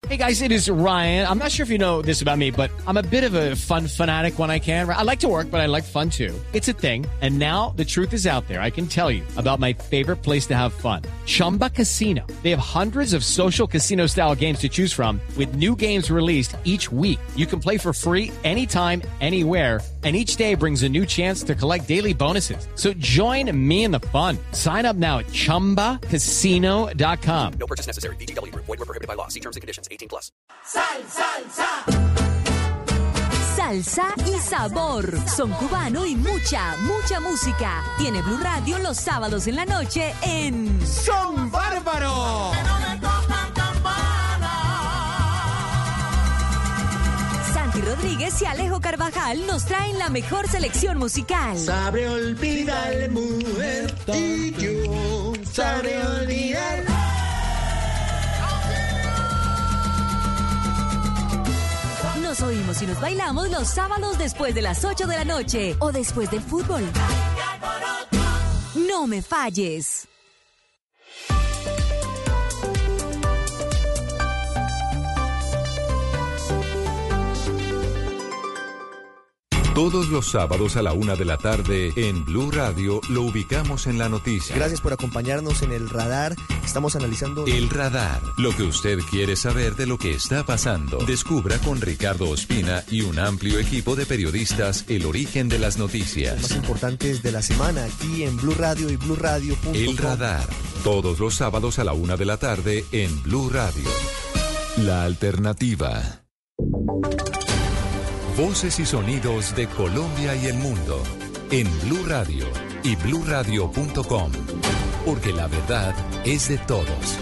Hey guys, it is Ryan. I'm not sure if you know this about me, but I'm a bit of a fun fanatic when I can. I like to work, but I like fun too. It's a thing. And now the truth is out there. I can tell you about my favorite place to have fun. Chumba Casino. They have hundreds of social casino style games to choose from with new games released each week. You can play for free anytime, anywhere. And each day brings a new chance to collect daily bonuses. So join me in the fun. Sign up now at ChumbaCasino.com. No purchase necessary. VGW Group. Void where prohibited by law. See terms and conditions. 18+. Salsa. Salsa y sabor. Son cubano y mucha música. Tiene Blue Radio los sábados en la noche en ¡Son Bárbaros! Santi Rodríguez y Alejo Carvajal nos traen la mejor selección musical. Sabe olvidar, mujer, y yo sabré olvidar. Nos oímos y nos bailamos los sábados después de las 8 de la noche o después del fútbol. No me falles. Todos los sábados a la 1 de la tarde en Blue Radio lo ubicamos en la noticia. Gracias por acompañarnos en El Radar. Estamos analizando... El Radar. Lo que usted quiere saber de lo que está pasando. Descubra con Ricardo Ospina y un amplio equipo de periodistas el origen de las noticias. Los más importantes de la semana aquí en Blue Radio y BlueRadio.com. El Radar. Todos los sábados a la 1 de la tarde en Blue Radio. La alternativa. Voces y sonidos de Colombia y el mundo en Blue Radio y BlueRadio.com, porque la verdad es de todos.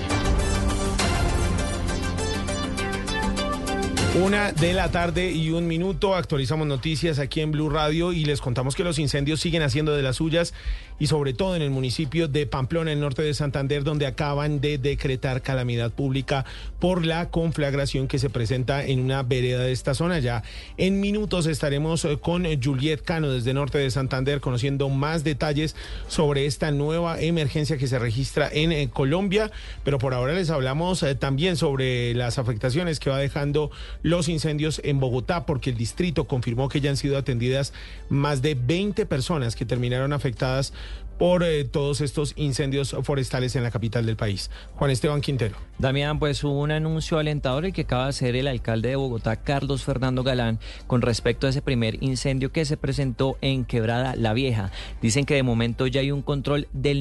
1 de la tarde y 1 minuto, actualizamos noticias aquí en Blue Radio y les contamos que los incendios siguen haciendo de las suyas y sobre todo en el municipio de Pamplona, en el norte de Santander, donde acaban de decretar calamidad pública por la conflagración que se presenta en una vereda de esta zona. Ya en minutos estaremos con Juliet Cano desde norte de Santander conociendo más detalles sobre esta nueva emergencia que se registra en Colombia, pero por ahora les hablamos también sobre las afectaciones que va dejando los incendios en Bogotá, porque el distrito confirmó que ya han sido atendidas más de 20 personas que terminaron afectadas por todos estos incendios forestales en la capital del país. Juan Esteban Quintero. Damián, pues hubo un anuncio alentador el que acaba de hacer el alcalde de Bogotá, Carlos Fernando Galán, con respecto a ese primer incendio que se presentó en Quebrada La Vieja. Dicen que de momento ya hay un control del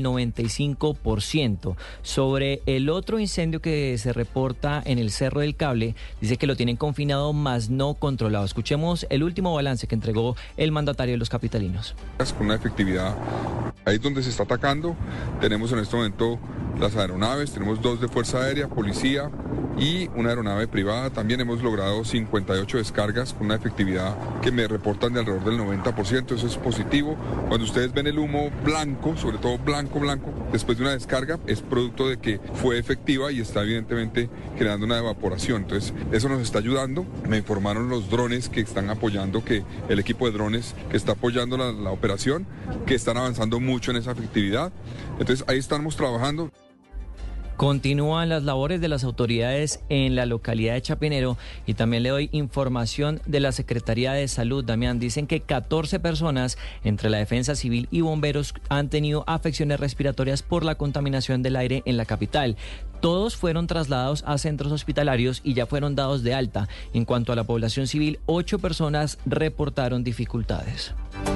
95%. Sobre el otro incendio que se reporta en el Cerro del Cable, dice que lo tienen confinado, más no controlado. Escuchemos el último balance que entregó el mandatario de los capitalinos. Con una efectividad, ahí es donde se está atacando. Tenemos en este momento las aeronaves, tenemos 2 de Fuerza Aérea, Policía y una aeronave privada. También hemos logrado 58 descargas con una efectividad que me reportan de alrededor del 90%. Eso es positivo. Cuando ustedes ven el humo blanco, sobre todo blanco, después de una descarga, es producto de que fue efectiva y está evidentemente generando una evaporación. Entonces, eso nos está ayudando. Me informaron los drones que están apoyando, que el equipo de drones que está apoyando la operación, que están avanzando mucho en esa efectividad. Entonces, ahí estamos trabajando. Continúan las labores de las autoridades en la localidad de Chapinero y también le doy información de la Secretaría de Salud. Damián, dicen que 14 personas entre la Defensa Civil y bomberos han tenido afecciones respiratorias por la contaminación del aire en la capital. Todos fueron trasladados a centros hospitalarios y ya fueron dados de alta. En cuanto a la población civil, 8 personas reportaron dificultades.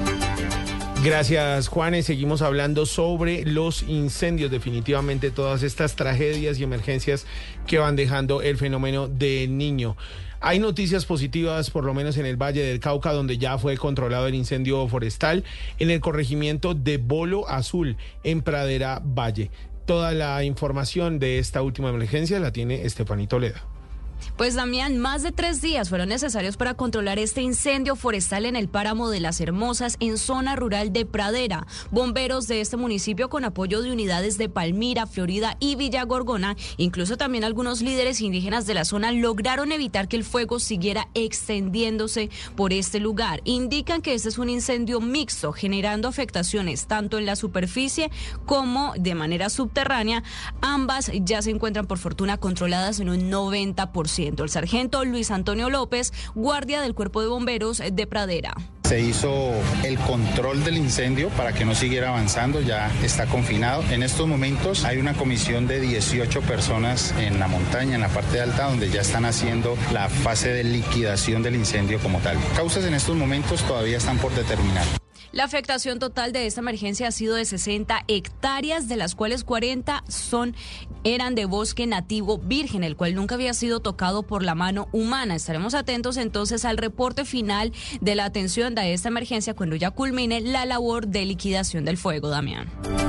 Gracias, Juanes. Seguimos hablando sobre los incendios, definitivamente todas estas tragedias y emergencias que van dejando el fenómeno del Niño. Hay noticias positivas, por lo menos en el Valle del Cauca, donde ya fue controlado el incendio forestal, en el corregimiento de Bolo Azul, en Pradera Valle. Toda la información de esta última emergencia la tiene Estefanía Toledo. Pues Damián, más de 3 días fueron necesarios para controlar este incendio forestal en el páramo de Las Hermosas, en zona rural de Pradera. Bomberos de este municipio, con apoyo de unidades de Palmira, Florida y Villa Gorgona, incluso también algunos líderes indígenas de la zona, lograron evitar que el fuego siguiera extendiéndose por este lugar. Indican que este es un incendio mixto, generando afectaciones tanto en la superficie como de manera subterránea. Ambas ya se encuentran por fortuna controladas en un 90%. 100%. El sargento Luis Antonio López, guardia del Cuerpo de Bomberos de Pradera. Se hizo el control del incendio para que no siguiera avanzando, ya está confinado. En estos momentos hay una comisión de 18 personas en la montaña, en la parte alta, donde ya están haciendo la fase de liquidación del incendio como tal. Causas en estos momentos todavía están por determinar. La afectación total de esta emergencia ha sido de 60 hectáreas, de las cuales 40 eran de bosque nativo virgen, el cual nunca había sido tocado por la mano humana. Estaremos atentos entonces al reporte final de la atención de esta emergencia cuando ya culmine la labor de liquidación del fuego, Damián.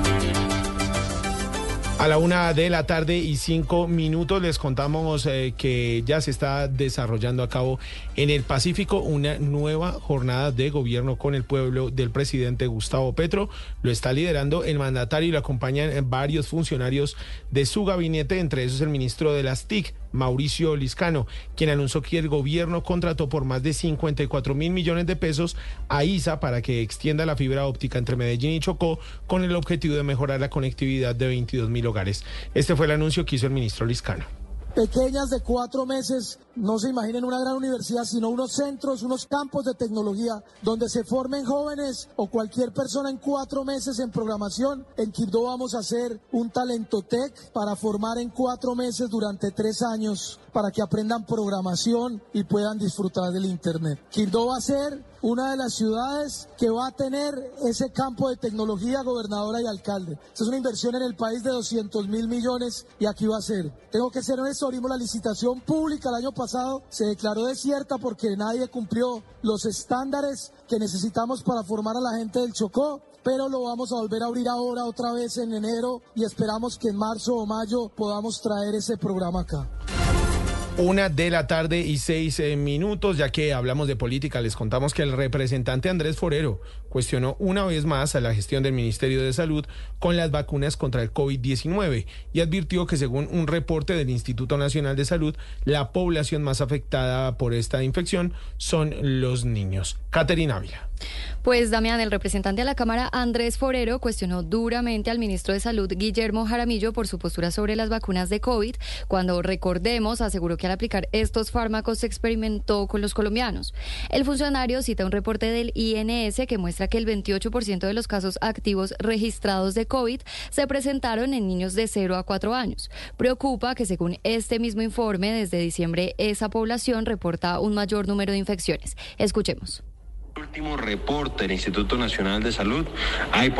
A la 1:05 p.m. les contamos que ya se está desarrollando a cabo en el Pacífico una nueva jornada de gobierno con el pueblo del presidente Gustavo Petro. Lo está liderando el mandatario y lo acompañan varios funcionarios de su gabinete, entre esos el ministro de las TIC, Mauricio Liscano, quien anunció que el gobierno contrató por más de 54.000 millones de pesos a ISA para que extienda la fibra óptica entre Medellín y Chocó con el objetivo de mejorar la conectividad de 22.000 hogares. Este fue el anuncio que hizo el ministro Liscano. Pequeñas de 4 meses, no se imaginen una gran universidad, sino unos centros, unos campos de tecnología donde se formen jóvenes o cualquier persona en 4 meses en programación. En Quibdó vamos a hacer un Talentotec para formar en 4 meses durante 3 años para que aprendan programación y puedan disfrutar del Internet. Quibdó va a ser una de las ciudades que va a tener ese campo de tecnología, gobernadora y alcalde. Esta es una inversión en el país de 200.000 millones y aquí va a ser. Tengo que ser honesto, abrimos la licitación pública el año pasado, se declaró desierta porque nadie cumplió los estándares que necesitamos para formar a la gente del Chocó, pero lo vamos a volver a abrir ahora otra vez en enero y esperamos que en marzo o mayo podamos traer ese programa acá. 1:06 p.m, ya que hablamos de política, les contamos que el representante Andrés Forero cuestionó una vez más a la gestión del Ministerio de Salud con las vacunas contra el COVID-19 y advirtió que según un reporte del Instituto Nacional de Salud, la población más afectada por esta infección son los niños. Caterina Ávila. Pues, Damián, el representante de la Cámara, Andrés Forero, cuestionó duramente al ministro de Salud, Guillermo Jaramillo, por su postura sobre las vacunas de COVID, cuando, recordemos, aseguró que al aplicar estos fármacos se experimentó con los colombianos. El funcionario cita un reporte del INS que muestra que el 28% de los casos activos registrados de COVID se presentaron en niños de 0 a 4 años. Preocupa que, según este mismo informe, desde diciembre esa población reporta un mayor número de infecciones. Escuchemos. El último reporte del Instituto Nacional de Salud hay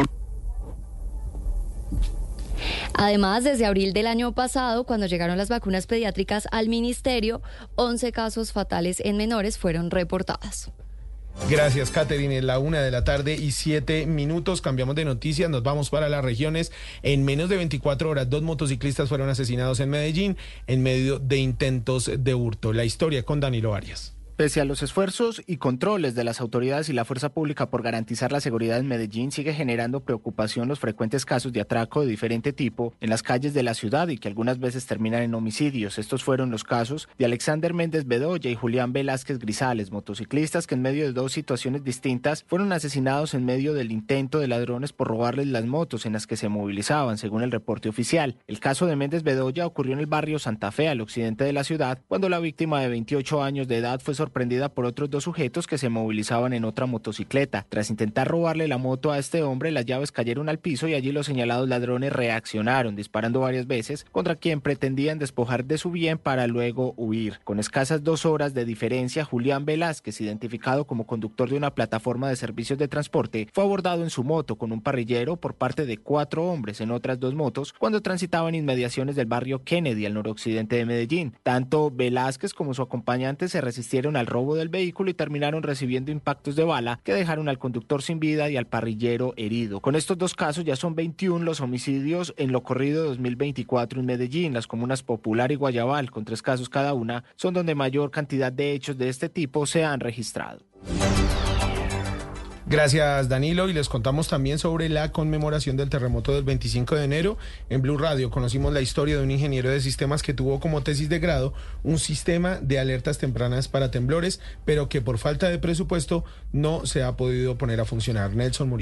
Además, desde abril del año pasado, cuando llegaron las vacunas pediátricas al ministerio, 11 casos fatales en menores fueron reportadas. Gracias, Caterine. Es la 1:07 p.m. Cambiamos de noticias, nos vamos para las regiones. En menos de 24 horas, 2 motociclistas fueron asesinados en Medellín en medio de intentos de hurto. La historia con Danilo Arias. Pese a los esfuerzos y controles de las autoridades y la fuerza pública por garantizar la seguridad en Medellín, sigue generando preocupación los frecuentes casos de atraco de diferente tipo en las calles de la ciudad y que algunas veces terminan en homicidios. Estos fueron los casos de Alexander Méndez Bedoya y Julián Velázquez Grisales, motociclistas que en medio de 2 situaciones distintas fueron asesinados en medio del intento de ladrones por robarles las motos en las que se movilizaban, según el reporte oficial. El caso de Méndez Bedoya ocurrió en el barrio Santa Fe, al occidente de la ciudad, cuando la víctima de 28 años de edad fue sorprendida por otros 2 sujetos que se movilizaban en otra motocicleta. Tras intentar robarle la moto a este hombre, las llaves cayeron al piso y allí los señalados ladrones reaccionaron, disparando varias veces contra quien pretendían despojar de su bien para luego huir. Con escasas 2 horas de diferencia, Julián Velázquez, identificado como conductor de una plataforma de servicios de transporte, fue abordado en su moto con un parrillero por parte de 4 hombres en otras 2 motos cuando transitaban inmediaciones del barrio Kennedy, al noroccidente de Medellín. Tanto Velázquez como su acompañante se resistieron al robo del vehículo y terminaron recibiendo impactos de bala que dejaron al conductor sin vida y al parrillero herido. Con estos 2 casos ya son 21 los homicidios en lo corrido de 2024 en Medellín. Las comunas Popular y Guayabal, con 3 casos cada una, son donde mayor cantidad de hechos de este tipo se han registrado. Gracias, Danilo, y les contamos también sobre la conmemoración del terremoto del 25 de enero. En Blue Radio conocimos la historia de un ingeniero de sistemas que tuvo como tesis de grado un sistema de alertas tempranas para temblores, pero que por falta de presupuesto no se ha podido poner a funcionar. Nelson Murillo.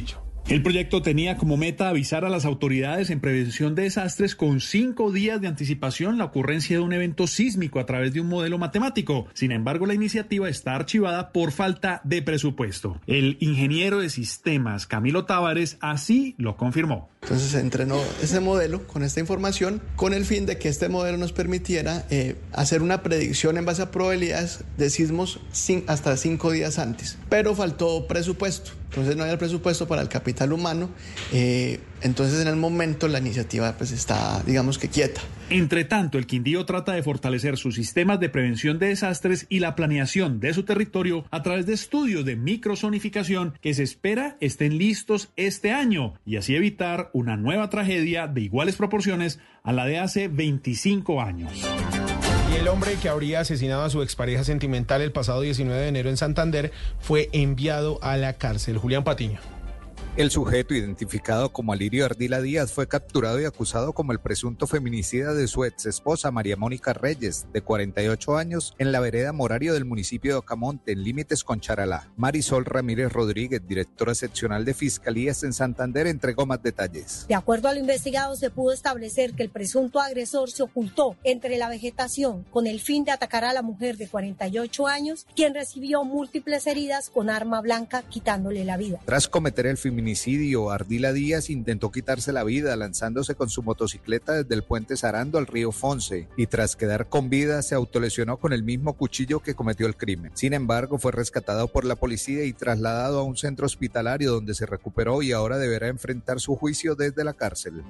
El proyecto tenía como meta avisar a las autoridades en prevención de desastres con 5 días de anticipación la ocurrencia de un evento sísmico a través de un modelo matemático. Sin embargo, la iniciativa está archivada por falta de presupuesto. El ingeniero de sistemas Camilo Tavares así lo confirmó. Entonces se entrenó ese modelo con esta información con el fin de que este modelo nos permitiera hacer una predicción en base a probabilidades de sismos hasta 5 días antes. Pero faltó presupuesto. Entonces no había el presupuesto para el capital humano, entonces en el momento la iniciativa pues está, digamos que quieta. Entre tanto, el Quindío trata de fortalecer sus sistemas de prevención de desastres y la planeación de su territorio a través de estudios de microzonificación que se espera estén listos este año y así evitar una nueva tragedia de iguales proporciones a la de hace 25 años. Y el hombre que habría asesinado a su expareja sentimental el pasado 19 de enero en Santander fue enviado a la cárcel. Julián Patiño. El sujeto, identificado como Alirio Ardila Díaz, fue capturado y acusado como el presunto feminicida de su ex esposa María Mónica Reyes, de 48 años, en la vereda Morario del municipio de Ocamonte, en límites con Charalá. Marisol Ramírez Rodríguez, directora seccional de Fiscalías en Santander, entregó más detalles. De acuerdo a lo investigado, se pudo establecer que el presunto agresor se ocultó entre la vegetación con el fin de atacar a la mujer de 48 años, quien recibió múltiples heridas con arma blanca, quitándole la vida. Tras cometer el feminicidio, Ardila Díaz intentó quitarse la vida lanzándose con su motocicleta desde el puente Sarando al río Fonce y tras quedar con vida se autolesionó con el mismo cuchillo que cometió el crimen. Sin embargo, fue rescatado por la policía y trasladado a un centro hospitalario donde se recuperó y ahora deberá enfrentar su juicio desde la cárcel.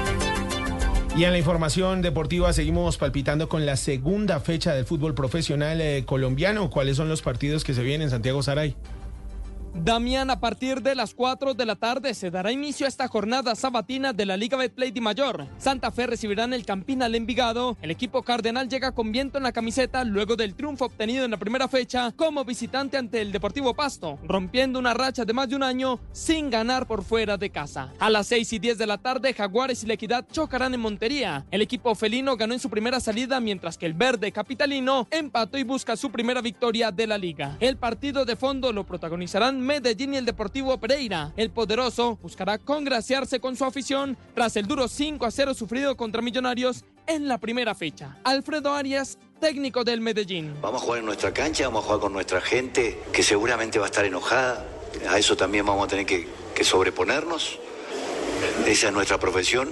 Y en la información deportiva seguimos palpitando con la segunda fecha del fútbol profesional colombiano. ¿Cuáles son los partidos que se vienen, Santiago Saray? Damián, a partir de las 4 de la tarde se dará inicio a esta jornada sabatina de la Liga Betplay Di Mayor. Santa Fe recibirá en el Campín al Envigado. El equipo cardenal llega con viento en la camiseta luego del triunfo obtenido en la primera fecha como visitante ante el Deportivo Pasto, rompiendo una racha de más de un año sin ganar por fuera de casa. A las 6:10 de la tarde, Jaguares y La Equidad chocarán en Montería. El equipo felino ganó en su primera salida, mientras que el verde capitalino empató y busca su primera victoria de la liga. El partido de fondo lo protagonizarán Medellín y el Deportivo Pereira. El poderoso buscará congraciarse con su afición tras el duro 5-0 sufrido contra Millonarios en la primera fecha. Alfredo Arias, técnico del Medellín. Vamos a jugar en nuestra cancha, vamos a jugar con nuestra gente, que seguramente va a estar enojada. A eso también vamos a tener que sobreponernos. Esa es nuestra profesión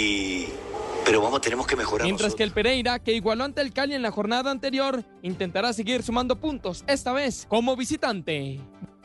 pero tenemos que mejorar. Mientras nosotros. Que el Pereira, que igualó ante el Cali en la jornada anterior, intentará seguir sumando puntos, esta vez como visitante.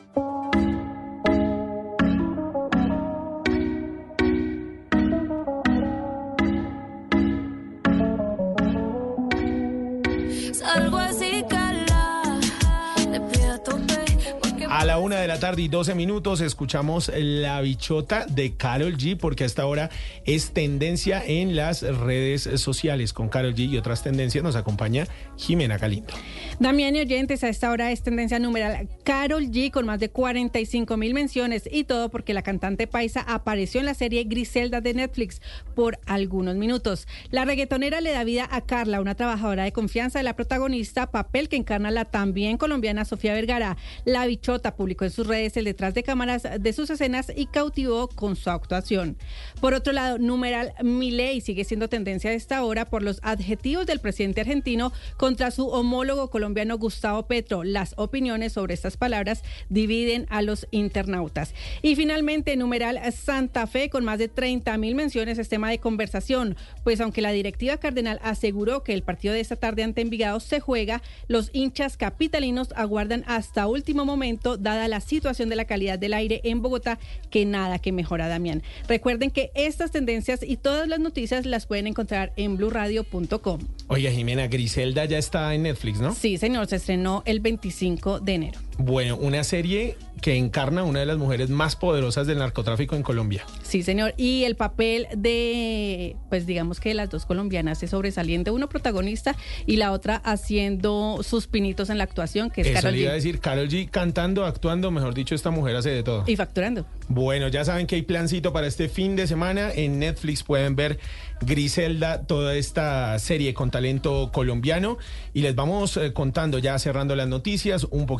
Salgo así, cala, te pido a tope. A la 1:12 escuchamos La Bichota de Karol G, porque hasta ahora es tendencia en las redes sociales. Con Karol G y otras tendencias nos acompaña Jimena Galindo. Damián y oyentes, a esta hora es tendencia numeral Karol G con más de 45,000 menciones, y todo porque la cantante paisa apareció en la serie Griselda de Netflix por algunos minutos. La reggaetonera le da vida a Carla, una trabajadora de confianza de la protagonista, papel que encarna la también colombiana Sofía Vergara. La Bichota publicó en sus redes el detrás de cámaras de sus escenas y cautivó con su actuación. Por otro lado, numeral Milei sigue siendo tendencia a esta hora por los adjetivos del presidente argentino contra su homólogo colombiano Gustavo Petro. Las opiniones sobre estas palabras dividen a los internautas. Y finalmente, numeral Santa Fe con más de 30,000 menciones es tema de conversación, pues aunque la directiva cardenal aseguró que el partido de esta tarde ante Envigado se juega, los hinchas capitalinos aguardan hasta último momento, dada la situación de la calidad del aire en Bogotá, que nada que mejora, Damián. Recuerden que estas tendencias y todas las noticias las pueden encontrar en blurradio.com. Oiga, Jimena, Griselda ya está en Netflix, ¿no? Sí, señor, se estrenó el 25 de enero. Bueno, una serie que encarna una de las mujeres más poderosas del narcotráfico en Colombia. Sí, señor, y el papel de, pues digamos que las dos colombianas es sobresaliente, uno protagonista y la otra haciendo sus pinitos en la actuación, que es Karol G. Eso le iba a decir, Karol G cantando, actuando, mejor dicho, esta mujer hace de todo. Y facturando. Bueno, ya saben que hay plancito para este fin de semana. En Netflix pueden ver Griselda, toda esta serie con talento colombiano, y les vamos contando, ya cerrando las noticias, un poquito de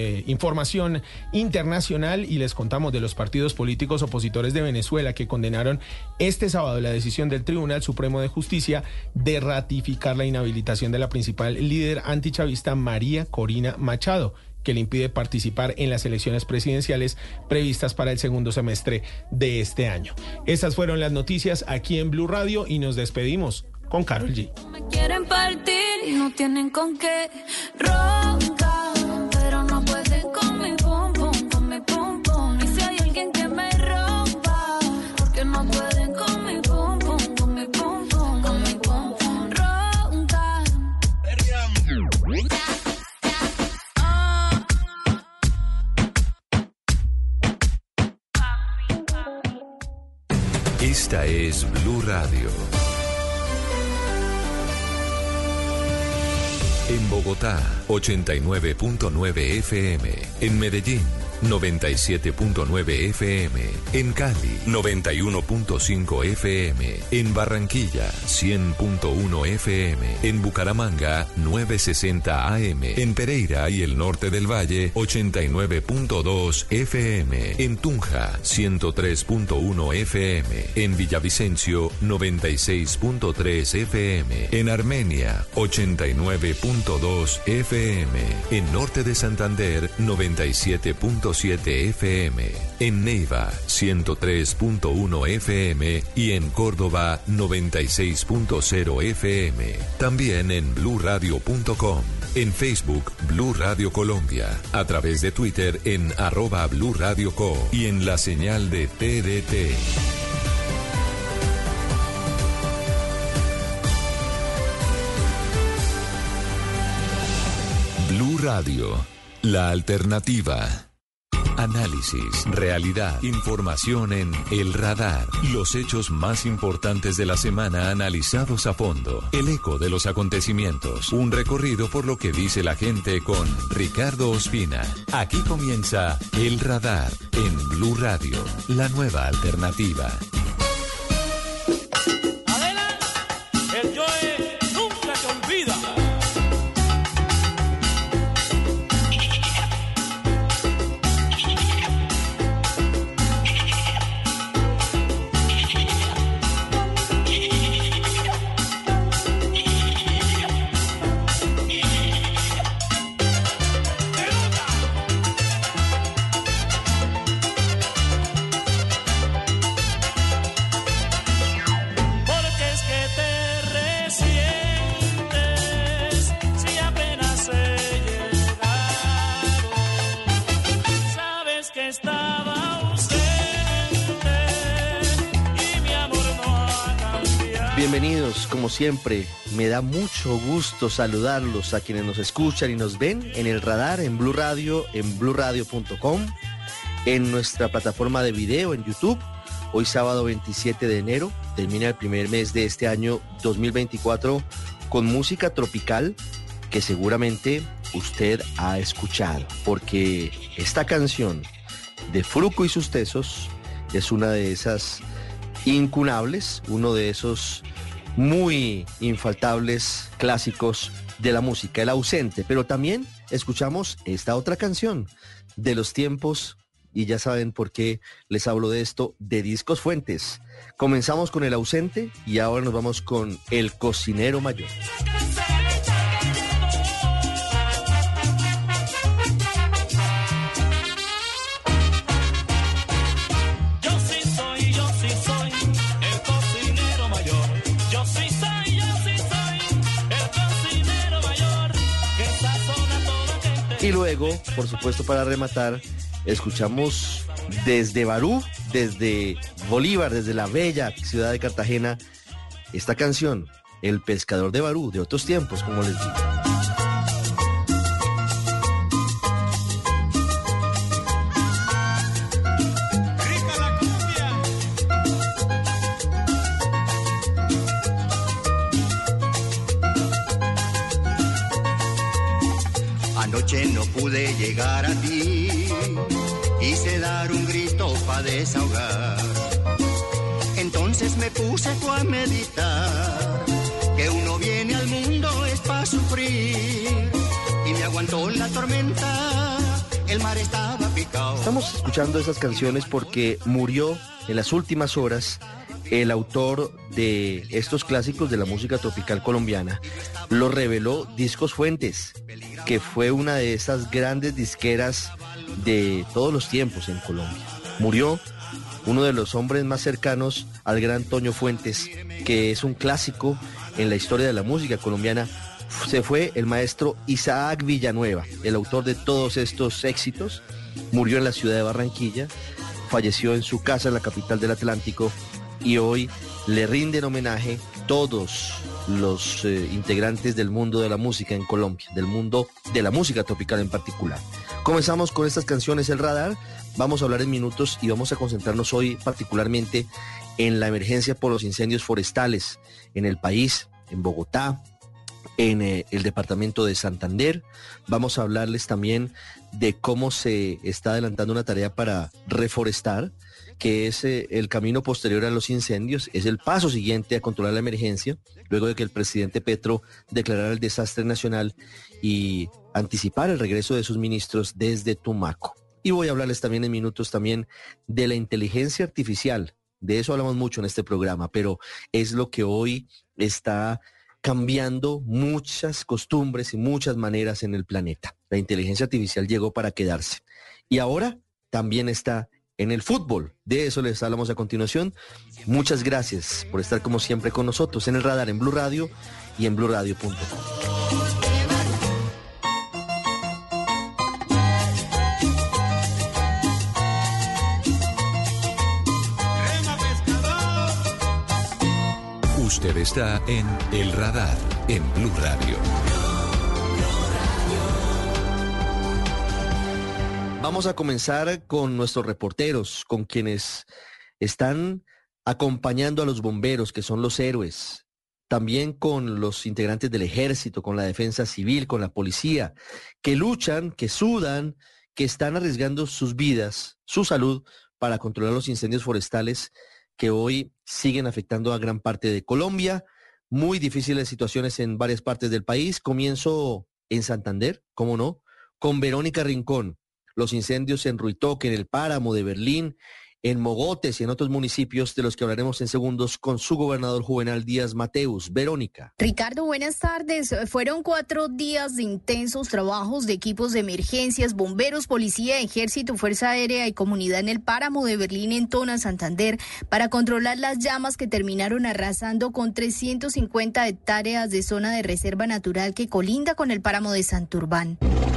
información internacional y les contamos de los partidos políticos opositores de Venezuela que condenaron este sábado la decisión del Tribunal Supremo de Justicia de ratificar la inhabilitación de la principal líder antichavista María Corina Machado, que le impide participar en las elecciones presidenciales previstas para el segundo semestre de este año. Esas fueron las noticias aquí en Blue Radio y nos despedimos con Karol G. Me quieren partir y no tienen con qué roncar, pero no pueden con mi pum pum, con mi pum pum. Y si hay alguien que me rompa, porque no pueden con mi pum pum, con mi pum pum, con mi pum pum. Roncar. Esta es Blue Radio. En Bogotá, 89.9 FM. En Medellín, 97.9 FM. En Cali, 91.5 FM. En Barranquilla, 100.1 FM. En Bucaramanga, 960 AM. En Pereira y el norte del Valle, 89.2 FM. En Tunja, 103.1 FM. En Villavicencio, 96.3 FM. En Armenia, 89.2 FM. En norte de Santander, 97.7 FM, en Neiva 103.1 FM y en Córdoba 96.0 FM. También en bluradio.com, en Facebook Blue Radio Colombia, a través de Twitter en @BlueRadioCo y en la señal de TDT. Blue Radio, la alternativa. Análisis, realidad, información en El Radar. Los hechos más importantes de la semana analizados a fondo. El eco de los acontecimientos. Un recorrido por lo que dice la gente con Ricardo Ospina. Aquí comienza El Radar en Blue Radio, la nueva alternativa. El Joe nunca te olvida. Bienvenidos, como siempre, me da mucho gusto saludarlos a quienes nos escuchan y nos ven en El Radar, en Blue Radio, en bluradio.com, en nuestra plataforma de video en YouTube. Hoy sábado 27 de enero, termina el primer mes de este año 2024 con música tropical que seguramente usted ha escuchado, porque esta canción de Fruco y sus Tesos es una de esas incunables, uno de esos muy infaltables clásicos de la música, El Ausente. Pero también escuchamos esta otra canción de los tiempos, y ya saben por qué les hablo de esto, de Discos Fuentes. Comenzamos con El Ausente y ahora nos vamos con El Cocinero Mayor. Y luego, por supuesto, para rematar, escuchamos desde Barú, desde Bolívar, desde la bella ciudad de Cartagena, esta canción, El Pescador de Barú, de otros tiempos, como les digo. Anoche no pude llegar a ti, quise dar un grito para desahogar. Entonces me puse a meditar, que uno viene al mundo es para sufrir. Y me aguantó la tormenta el mar estaba picado. Estamos escuchando esas canciones porque murió en las últimas horas el autor de estos clásicos de la música tropical colombiana. Lo reveló Discos Fuentes, que fue una de esas grandes disqueras de todos los tiempos en Colombia. Murió uno de los hombres más cercanos al gran Toño Fuentes, que es un clásico en la historia de la música colombiana. Se fue el maestro Isaac Villanueva, el autor de todos estos éxitos. Murió en la ciudad de Barranquilla, falleció en su casa en la capital del Atlántico, y hoy le rinden homenaje todos los integrantes del mundo de la música en Colombia, del mundo de la música tropical en particular. Comenzamos con estas canciones El Radar. Vamos a hablar en minutos y vamos a concentrarnos hoy particularmente en la emergencia por los incendios forestales en el país, en Bogotá, en el departamento de Santander. Vamos a hablarles también de cómo se está adelantando una tarea para reforestar, que es el camino posterior a los incendios, es el paso siguiente a controlar la emergencia, luego de que el presidente Petro declarara el desastre nacional y anticipar el regreso de sus ministros desde Tumaco. Y voy a hablarles también en minutos también de la inteligencia artificial. De eso hablamos mucho en este programa, pero es lo que hoy está cambiando muchas costumbres y muchas maneras en el planeta. La inteligencia artificial llegó para quedarse. Y ahora también está en el fútbol. De eso les hablamos a continuación. Muchas gracias por estar como siempre con nosotros en El Radar, en Blue Radio y en bluradio.com. Usted está en El Radar, en Blue Radio. Vamos a comenzar con nuestros reporteros, con quienes están acompañando a los bomberos, que son los héroes. También con los integrantes del ejército, con la defensa civil, con la policía, que luchan, que sudan, que están arriesgando sus vidas, su salud, para controlar los incendios forestales que hoy siguen afectando a gran parte de Colombia. Muy difíciles situaciones en varias partes del país. Comienzo en Santander, cómo no, con Verónica Rincón. Los incendios en Ruitoque, en el Páramo de Berlín, en Mogotes y en otros municipios de los que hablaremos en segundos con su gobernador Juvenal Díaz Mateus. Verónica. Ricardo, buenas tardes. Fueron 4 días de intensos trabajos de equipos de emergencias, bomberos, policía, ejército, fuerza aérea y comunidad en el Páramo de Berlín, en Tona, Santander, para controlar las llamas que terminaron arrasando con 350 hectáreas de zona de reserva natural que colinda con el Páramo de Santurbán.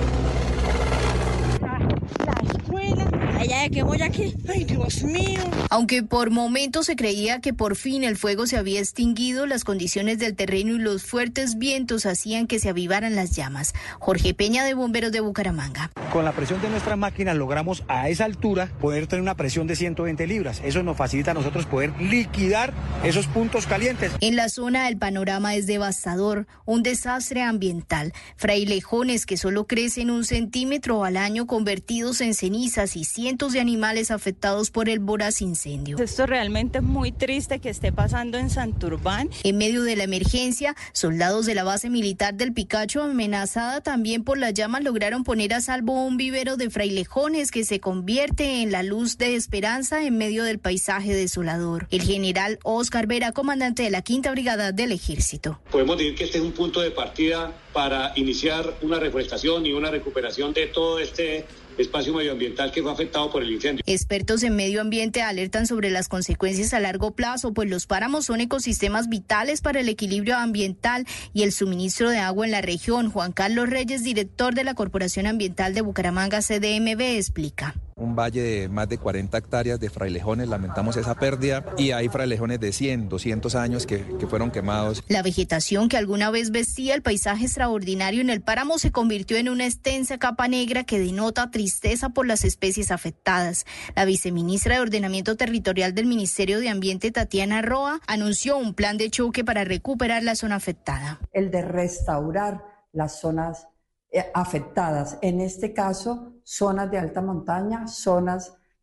Allá que voy aquí. Ay, Dios mío. Aunque por momentos se creía que por fin el fuego se había extinguido, las condiciones del terreno y los fuertes vientos hacían que se avivaran las llamas. Jorge Peña, de Bomberos de Bucaramanga. Con la presión de nuestras máquinas logramos a esa altura poder tener una presión de 120 libras. Eso nos facilita a nosotros poder liquidar esos puntos calientes. En la zona el panorama es devastador, un desastre ambiental. Frailejones que solo crecen 1 centímetro al año, convertidos en cenizas, y cientos de animales afectados por el voraz incendio. Esto realmente es muy triste que esté pasando en Santurbán. En medio de la emergencia, soldados de la base militar del Picacho, amenazada también por las llamas, lograron poner a salvo un vivero de frailejones que se convierte en la luz de esperanza en medio del paisaje desolador. El general Oscar Vera, comandante de la 5ª Brigada del Ejército. Podemos decir que este es un punto de partida para iniciar una reforestación y una recuperación de todo este espacio medioambiental que fue afectado por el incendio. Expertos en medio ambiente alertan sobre las consecuencias a largo plazo, pues los páramos son ecosistemas vitales para el equilibrio ambiental y el suministro de agua en la región. Juan Carlos Reyes, director de la Corporación Ambiental de Bucaramanga, CDMB, explica. Un valle de más de 40 hectáreas de frailejones, lamentamos esa pérdida, y hay frailejones de 100, 200 años que fueron quemados. La vegetación que alguna vez vestía el paisaje extraordinario en el páramo se convirtió en una extensa capa negra que denota tristeza por las especies afectadas. La viceministra de Ordenamiento Territorial del Ministerio de Ambiente, Tatiana Roa, anunció un plan de choque para recuperar la zona afectada. El de restaurar las zonas afectadas, en este caso zonas de alta montaña, zonas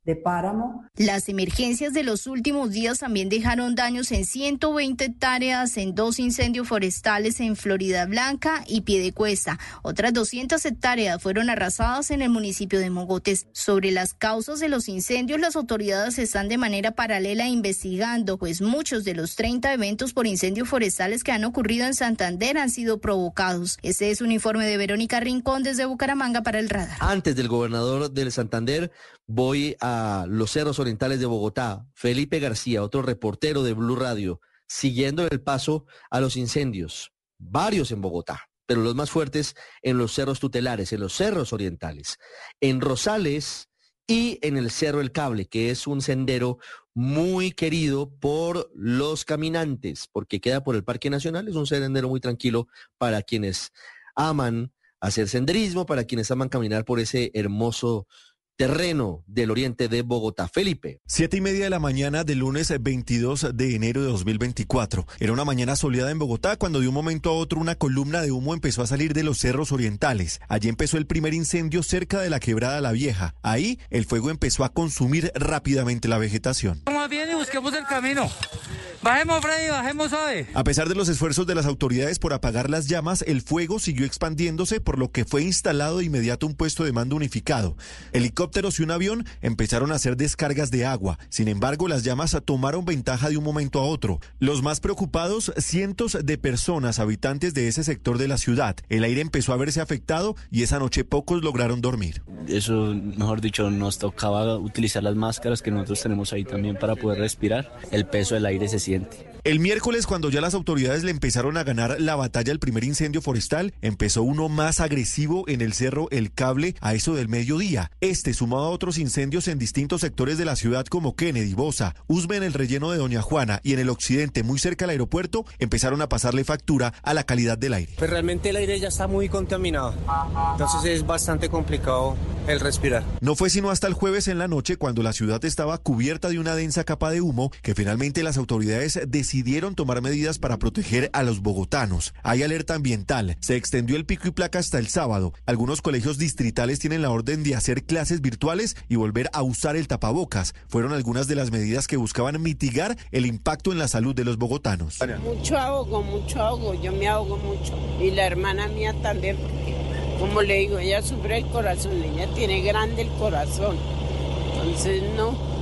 de páramo. Las emergencias de los últimos días también dejaron daños en 120 hectáreas en 2 incendios forestales en Florida Blanca y Piedecuesta. Otras 200 hectáreas fueron arrasadas en el municipio de Mogotes. Sobre las causas de los incendios, las autoridades están de manera paralela investigando, pues muchos de los 30 eventos por incendios forestales que han ocurrido en Santander han sido provocados. Este es un informe de Verónica Rincón desde Bucaramanga para El Radar. Antes del gobernador del Santander, voy a los cerros orientales de Bogotá. Felipe García, otro reportero de Blue Radio, siguiendo el paso a los incendios, varios en Bogotá, pero los más fuertes en los cerros tutelares, en los cerros orientales, en Rosales y en el Cerro El Cable, que es un sendero muy querido por los caminantes, porque queda por el Parque Nacional. Es un sendero muy tranquilo para quienes aman hacer senderismo, para quienes aman caminar por ese hermoso terreno del oriente de Bogotá. Felipe. 7:30 de la mañana del lunes 22 de enero de 2024. Era una mañana soleada en Bogotá cuando de un momento a otro una columna de humo empezó a salir de los cerros orientales. Allí empezó el primer incendio cerca de la Quebrada La Vieja. Ahí el fuego empezó a consumir rápidamente la vegetación. Vamos bien y busquemos el camino. Bajemos, Freddy, bajemos suave. A pesar de los esfuerzos de las autoridades por apagar las llamas, el fuego siguió expandiéndose, por lo que fue instalado de inmediato un puesto de mando unificado. Helicópteros y un avión empezaron a hacer descargas de agua. Sin embargo, las llamas tomaron ventaja de un momento a otro. Los más preocupados, cientos de personas, habitantes de ese sector de la ciudad. El aire empezó a verse afectado y esa noche pocos lograron dormir. Eso, mejor dicho, nos tocaba utilizar las máscaras que nosotros tenemos ahí también para poder respirar. El peso del aire se siente. El miércoles, cuando ya las autoridades le empezaron a ganar la batalla al primer incendio forestal, empezó uno más agresivo en el Cerro El Cable a eso del mediodía. Sumado a otros incendios en distintos sectores de la ciudad como Kennedy, Bosa, Usme en el relleno de Doña Juana y en el occidente, muy cerca al aeropuerto, empezaron a pasarle factura a la calidad del aire. Pues realmente el aire ya está muy contaminado, entonces es bastante complicado el respirar. No fue sino hasta el jueves en la noche, cuando la ciudad estaba cubierta de una densa capa de humo, que finalmente las autoridades decidieron tomar medidas para proteger a los bogotanos. Hay alerta ambiental, se extendió el pico y placa hasta el sábado. Algunos colegios distritales tienen la orden de hacer clases virtuales y volver a usar el tapabocas. Fueron algunas de las medidas que buscaban mitigar el impacto en la salud de los bogotanos. Mucho ahogo, yo me ahogo mucho. Y la hermana mía también, porque, como le digo, ella sufre el corazón, ella tiene grande el corazón. Entonces, no.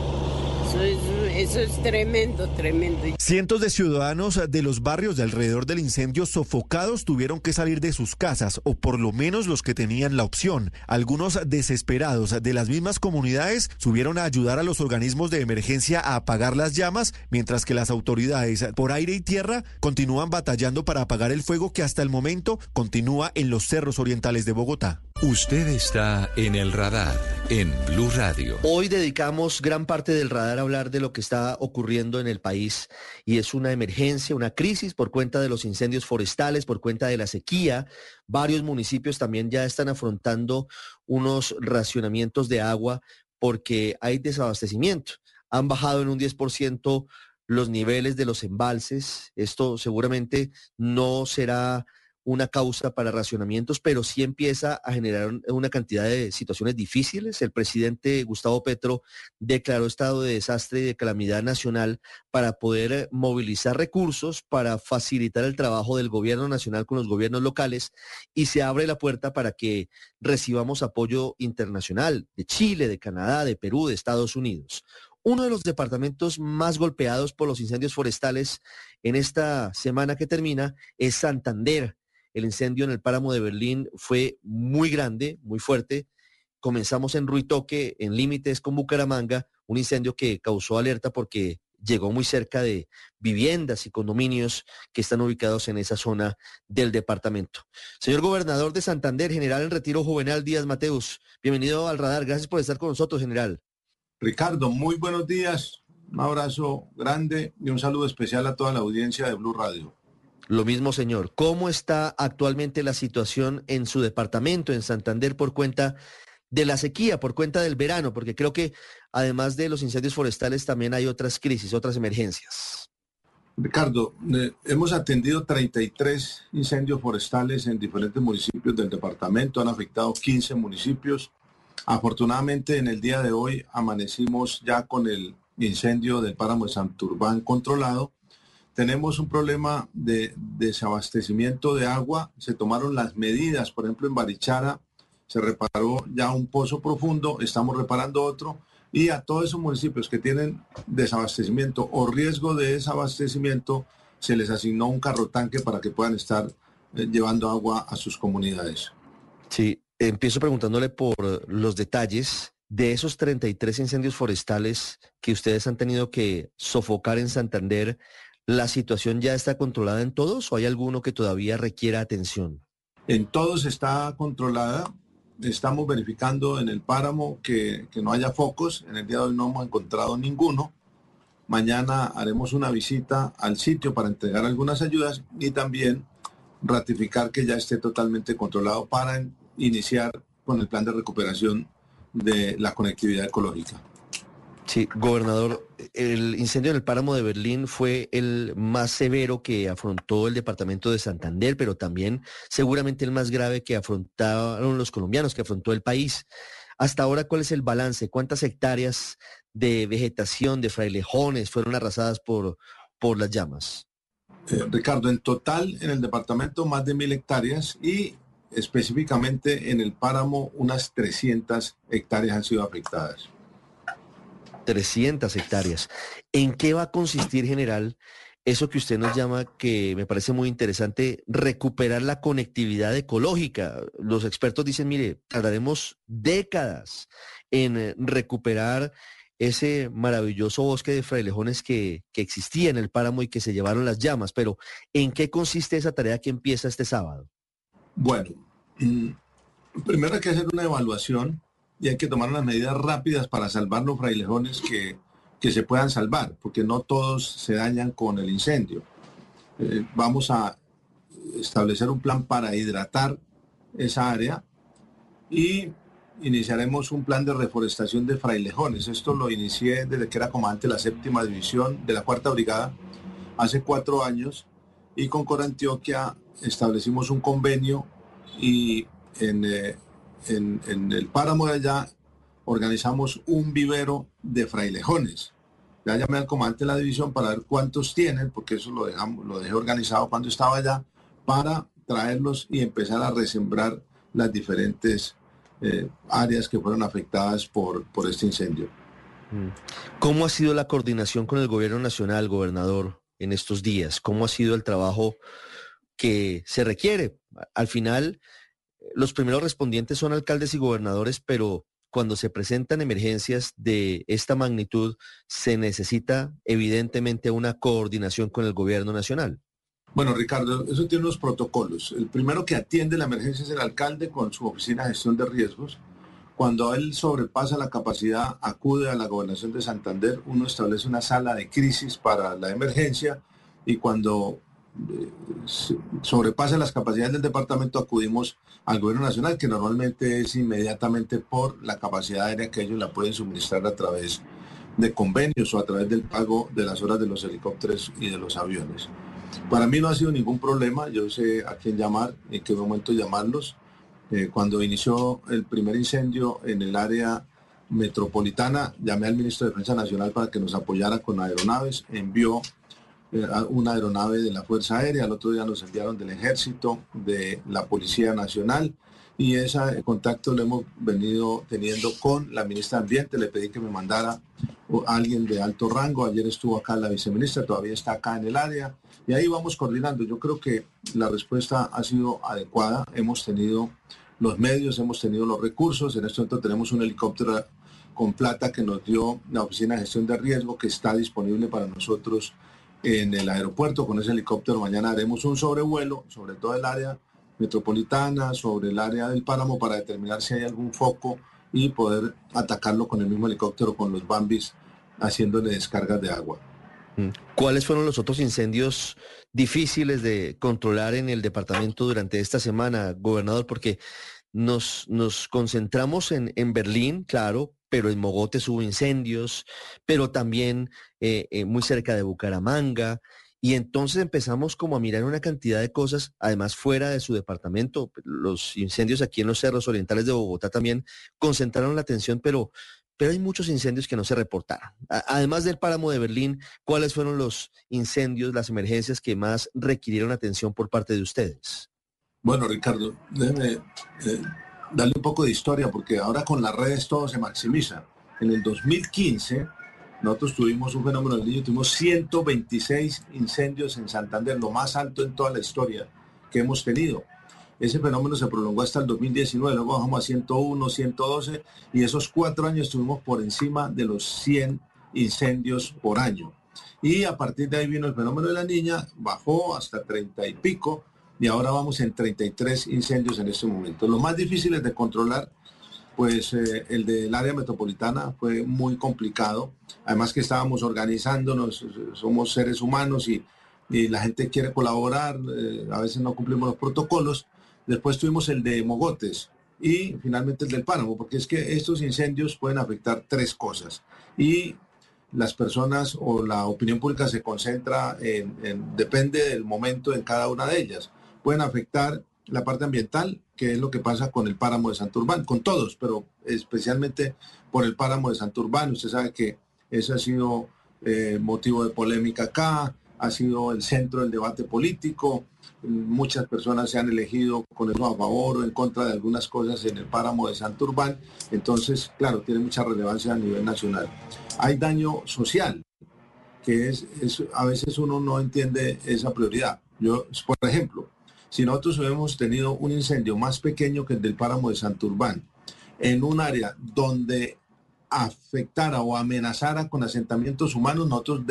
Eso es tremendo. Cientos de ciudadanos de los barrios de alrededor del incendio sofocados tuvieron que salir de sus casas, o por lo menos los que tenían la opción. Algunos desesperados de las mismas comunidades subieron a ayudar a los organismos de emergencia a apagar las llamas, mientras que las autoridades por aire y tierra continúan batallando para apagar el fuego que hasta el momento continúa en los cerros orientales de Bogotá. Usted está en El Radar, en Blue Radio. Hoy dedicamos gran parte del radar a hablar de lo que está ocurriendo en el país, y es una emergencia, una crisis por cuenta de los incendios forestales, por cuenta de la sequía. Varios municipios también ya están afrontando unos racionamientos de agua porque hay desabastecimiento. Han bajado en un 10% los niveles de los embalses. Esto seguramente no será una causa para racionamientos, pero sí empieza a generar una cantidad de situaciones difíciles. El presidente Gustavo Petro declaró estado de desastre y de calamidad nacional para poder movilizar recursos, para facilitar el trabajo del gobierno nacional con los gobiernos locales, y se abre la puerta para que recibamos apoyo internacional de Chile, de Canadá, de Perú, de Estados Unidos. Uno de los departamentos más golpeados por los incendios forestales en esta semana que termina es Santander. El incendio en el páramo de Berlín fue muy grande, muy fuerte. Comenzamos en Ruitoque, en límites con Bucaramanga, un incendio que causó alerta porque llegó muy cerca de viviendas y condominios que están ubicados en esa zona del departamento. Señor gobernador de Santander, general en retiro Juvenal Díaz Mateus, bienvenido al radar. Gracias por estar con nosotros, general. Ricardo, muy buenos días. Un abrazo grande y un saludo especial a toda la audiencia de Blue Radio. Lo mismo, señor. ¿Cómo está actualmente la situación en su departamento, en Santander, por cuenta de la sequía, por cuenta del verano? Porque creo que además de los incendios forestales también hay otras crisis, otras emergencias. Ricardo, hemos atendido 33 incendios forestales en diferentes municipios del departamento. Han afectado 15 municipios. Afortunadamente, en el día de hoy amanecimos ya con el incendio del páramo de Santurbán controlado. Tenemos un problema de desabastecimiento de agua. Se tomaron las medidas, por ejemplo, en Barichara se reparó ya un pozo profundo, estamos reparando otro, y a todos esos municipios que tienen desabastecimiento o riesgo de desabastecimiento, se les asignó un carro tanque para que puedan estar llevando agua a sus comunidades. Sí, empiezo preguntándole por los detalles de esos 33 incendios forestales que ustedes han tenido que sofocar en Santander. ¿La situación ya está controlada en todos o hay alguno que todavía requiera atención? En todos está controlada. Estamos verificando en el páramo que no haya focos. En el día de hoy no hemos encontrado ninguno. Mañana haremos una visita al sitio para entregar algunas ayudas y también ratificar que ya esté totalmente controlado para iniciar con el plan de recuperación de la conectividad ecológica. Sí, gobernador, el incendio en el páramo de Berlín fue el más severo que afrontó el departamento de Santander, pero también seguramente el más grave que afrontaron los colombianos, que afrontó el país. Hasta ahora, ¿cuál es el balance? ¿Cuántas hectáreas de vegetación, de frailejones fueron arrasadas por las llamas? Ricardo, en total en el departamento más de 1.000 hectáreas y específicamente en el páramo unas 300 hectáreas han sido afectadas. 300 hectáreas. ¿En qué va a consistir, general, eso que usted nos llama, que me parece muy interesante, recuperar la conectividad ecológica? Los expertos dicen, mire, tardaremos décadas en recuperar ese maravilloso bosque de frailejones que existía en el páramo y que se llevaron las llamas, pero ¿en qué consiste esa tarea que empieza este sábado? Bueno, primero hay que hacer una evaluación y hay que tomar unas medidas rápidas para salvar los frailejones que se puedan salvar, porque no todos se dañan con el incendio. Vamos a establecer un plan para hidratar esa área y iniciaremos un plan de reforestación de frailejones. Esto lo inicié desde que era comandante de la 7ª División de la 4ª Brigada hace 4 años y con Corantioquia establecimos un convenio y en el páramo de allá organizamos un vivero de frailejones. Ya llamé al comandante de la división para ver cuántos tienen, porque eso lo dejé organizado cuando estaba allá, para traerlos y empezar a resembrar las diferentes áreas que fueron afectadas por este incendio. ¿Cómo ha sido la coordinación con el gobierno nacional, gobernador, en estos días? ¿Cómo ha sido el trabajo que se requiere? Al final, los primeros respondientes son alcaldes y gobernadores, pero cuando se presentan emergencias de esta magnitud, se necesita evidentemente una coordinación con el gobierno nacional. Bueno, Ricardo, eso tiene unos protocolos. El primero que atiende la emergencia es el alcalde con su oficina de gestión de riesgos. Cuando él sobrepasa la capacidad, acude a la gobernación de Santander, uno establece una sala de crisis para la emergencia y cuando sobrepasa las capacidades del departamento acudimos al gobierno nacional, que normalmente es inmediatamente por la capacidad aérea que ellos la pueden suministrar a través de convenios o a través del pago de las horas de los helicópteros y de los aviones. Para mí no ha sido ningún problema, yo sé a quién llamar, en qué momento llamarlos. Cuando inició el primer incendio en el área metropolitana, llamé al ministro de Defensa Nacional para que nos apoyara con aeronaves, envió una aeronave de la Fuerza Aérea, al otro día nos enviaron del Ejército, de la Policía Nacional, y ese contacto lo hemos venido teniendo con la ministra de Ambiente. Le pedí que me mandara a alguien de alto rango. Ayer estuvo acá la viceministra, todavía está acá en el área, y ahí vamos coordinando. Yo creo que la respuesta ha sido adecuada. Hemos tenido los medios, hemos tenido los recursos. En este momento tenemos un helicóptero con plata que nos dio la Oficina de Gestión de Riesgo, que está disponible para nosotros en el aeropuerto. Con ese helicóptero mañana haremos un sobrevuelo sobre todo el área metropolitana, sobre el área del páramo, para determinar si hay algún foco y poder atacarlo con el mismo helicóptero, con los Bambis, haciéndole descargas de agua. ¿Cuáles fueron los otros incendios difíciles de controlar en el departamento durante esta semana, gobernador? Porque nos concentramos en Berlín, claro, pero en Mogotes hubo incendios, pero también muy cerca de Bucaramanga, Y entonces empezamos como a mirar una cantidad de cosas, además fuera de su departamento. Los incendios aquí en los cerros orientales de Bogotá también concentraron la atención, pero hay muchos incendios que no se reportaron. Además del páramo de Berlín, ¿cuáles fueron los incendios, las emergencias que más requirieron atención por parte de ustedes? Bueno, Ricardo, déjeme darle un poco de historia, porque ahora con las redes todo se maximiza. En el 2015, nosotros tuvimos un fenómeno del Niño, tuvimos 126 incendios en Santander, lo más alto en toda la historia que hemos tenido. Ese fenómeno se prolongó hasta el 2019, luego bajamos a 101, 112, y esos 4 años estuvimos por encima de los 100 incendios por año. Y a partir de ahí vino el fenómeno de la Niña, bajó hasta 30 y pico, y ahora vamos en 33 incendios en este momento. Los más difíciles de controlar, pues el del área metropolitana fue muy complicado, además que estábamos organizándonos, somos seres humanos y la gente quiere colaborar, a veces no cumplimos los protocolos. Después tuvimos el de Mogotes y finalmente el del Páramo, porque es que estos incendios pueden afectar 3 cosas y las personas o la opinión pública se concentra depende del momento en cada una de ellas. Pueden afectar la parte ambiental, que es lo que pasa con el Páramo de Santurbán, con todos, pero especialmente por el Páramo de Santurbán. Usted sabe que ese ha sido motivo de polémica acá, ha sido el centro del debate político. Muchas personas se han elegido con eso a favor o en contra de algunas cosas en el Páramo de Santurbán. Entonces, claro, tiene mucha relevancia a nivel nacional. Hay daño social, que a veces uno no entiende esa prioridad. Yo, por ejemplo, si nosotros hubiéramos tenido un incendio más pequeño que el del Páramo de Santurbán, en un área donde afectara o amenazara con asentamientos humanos, nosotros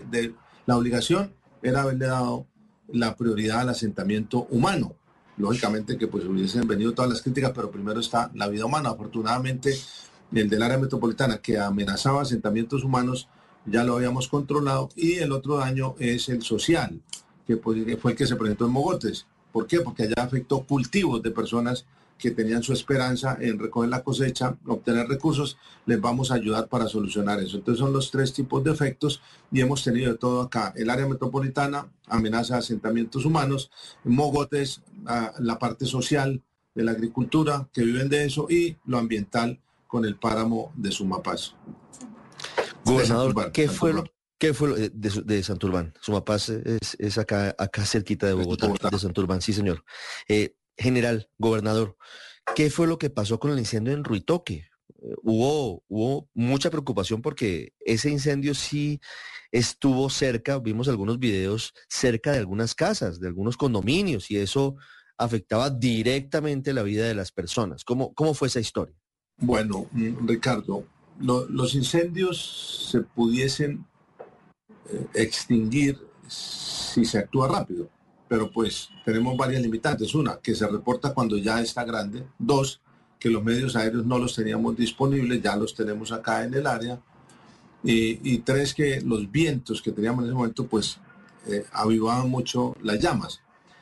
la obligación era haberle dado la prioridad al asentamiento humano. Lógicamente que pues hubiesen venido todas las críticas, pero primero está la vida humana. Afortunadamente, el del área metropolitana que amenazaba asentamientos humanos ya lo habíamos controlado, y el otro daño es el social, que fue el que se presentó en Mogotes. ¿Por qué? Porque allá afectó cultivos de personas que tenían su esperanza en recoger la cosecha, obtener recursos. Les vamos a ayudar para solucionar eso. Entonces son los 3 tipos de efectos y hemos tenido de todo acá. El área metropolitana, amenaza a asentamientos humanos, Mogotes, la parte social de la agricultura, que viven de eso, y lo ambiental con el páramo de Sumapaz. Gobernador, ¿qué fue lo de Santurbán? Sumapaz es acá cerquita de Bogotá, de Santurbán, sí señor. General, gobernador, ¿qué fue lo que pasó con el incendio en Ruitoque? Hubo mucha preocupación porque ese incendio sí estuvo cerca, vimos algunos videos cerca de algunas casas, de algunos condominios, y eso afectaba directamente la vida de las personas. ¿Cómo fue esa historia? Bueno, Ricardo, los incendios se pudiesen extinguir si se actúa rápido, pero pues tenemos varias limitantes. Una, que se reporta cuando ya está grande. 2, que los medios aéreos no los teníamos disponibles, ya los tenemos acá en el área. Y 3, que los vientos que teníamos en ese momento pues avivaban mucho las llamas.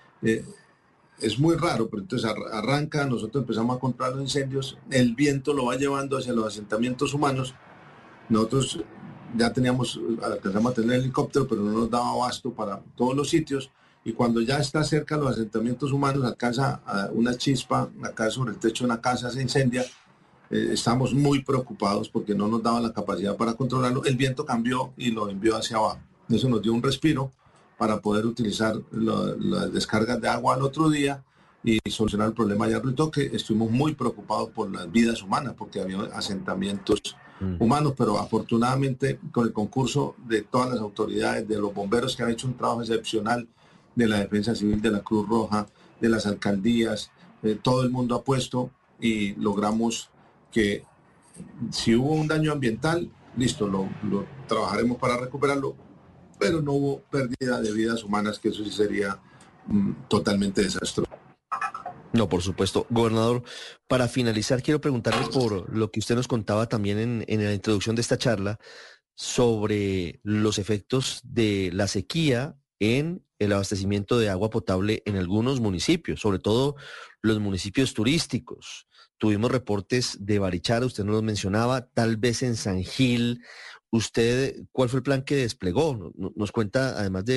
Es muy raro, pero entonces arranca, nosotros empezamos a controlar los incendios, el viento lo va llevando hacia los asentamientos humanos. Nosotros ya alcanzamos a tener helicóptero, pero no nos daba abasto para todos los sitios, y cuando ya está cerca de los asentamientos humanos, alcanza una chispa acá sobre el techo de una casa, se incendia. Estamos muy preocupados porque no nos daba la capacidad para controlarlo. El viento cambió y lo envió hacia abajo. Eso nos dio un respiro para poder utilizar las descargas de agua al otro día y solucionar el problema allá en Ruitoque. Estuvimos muy preocupados por las vidas humanas porque había asentamientos humanos, pero afortunadamente con el concurso de todas las autoridades, de los bomberos que han hecho un trabajo excepcional, de la Defensa Civil, de la Cruz Roja, de las alcaldías, todo el mundo ha puesto, y logramos que si hubo un daño ambiental, listo, lo trabajaremos para recuperarlo, pero no hubo pérdida de vidas humanas, que eso sí sería totalmente desastroso. No, por supuesto. Gobernador, para finalizar, quiero preguntarle por lo que usted nos contaba también en la introducción de esta charla sobre los efectos de la sequía en el abastecimiento de agua potable en algunos municipios, sobre todo los municipios turísticos. Tuvimos reportes de Barichara, usted nos los mencionaba, tal vez en San Gil. ¿Usted cuál fue el plan que desplegó? Nos cuenta, además de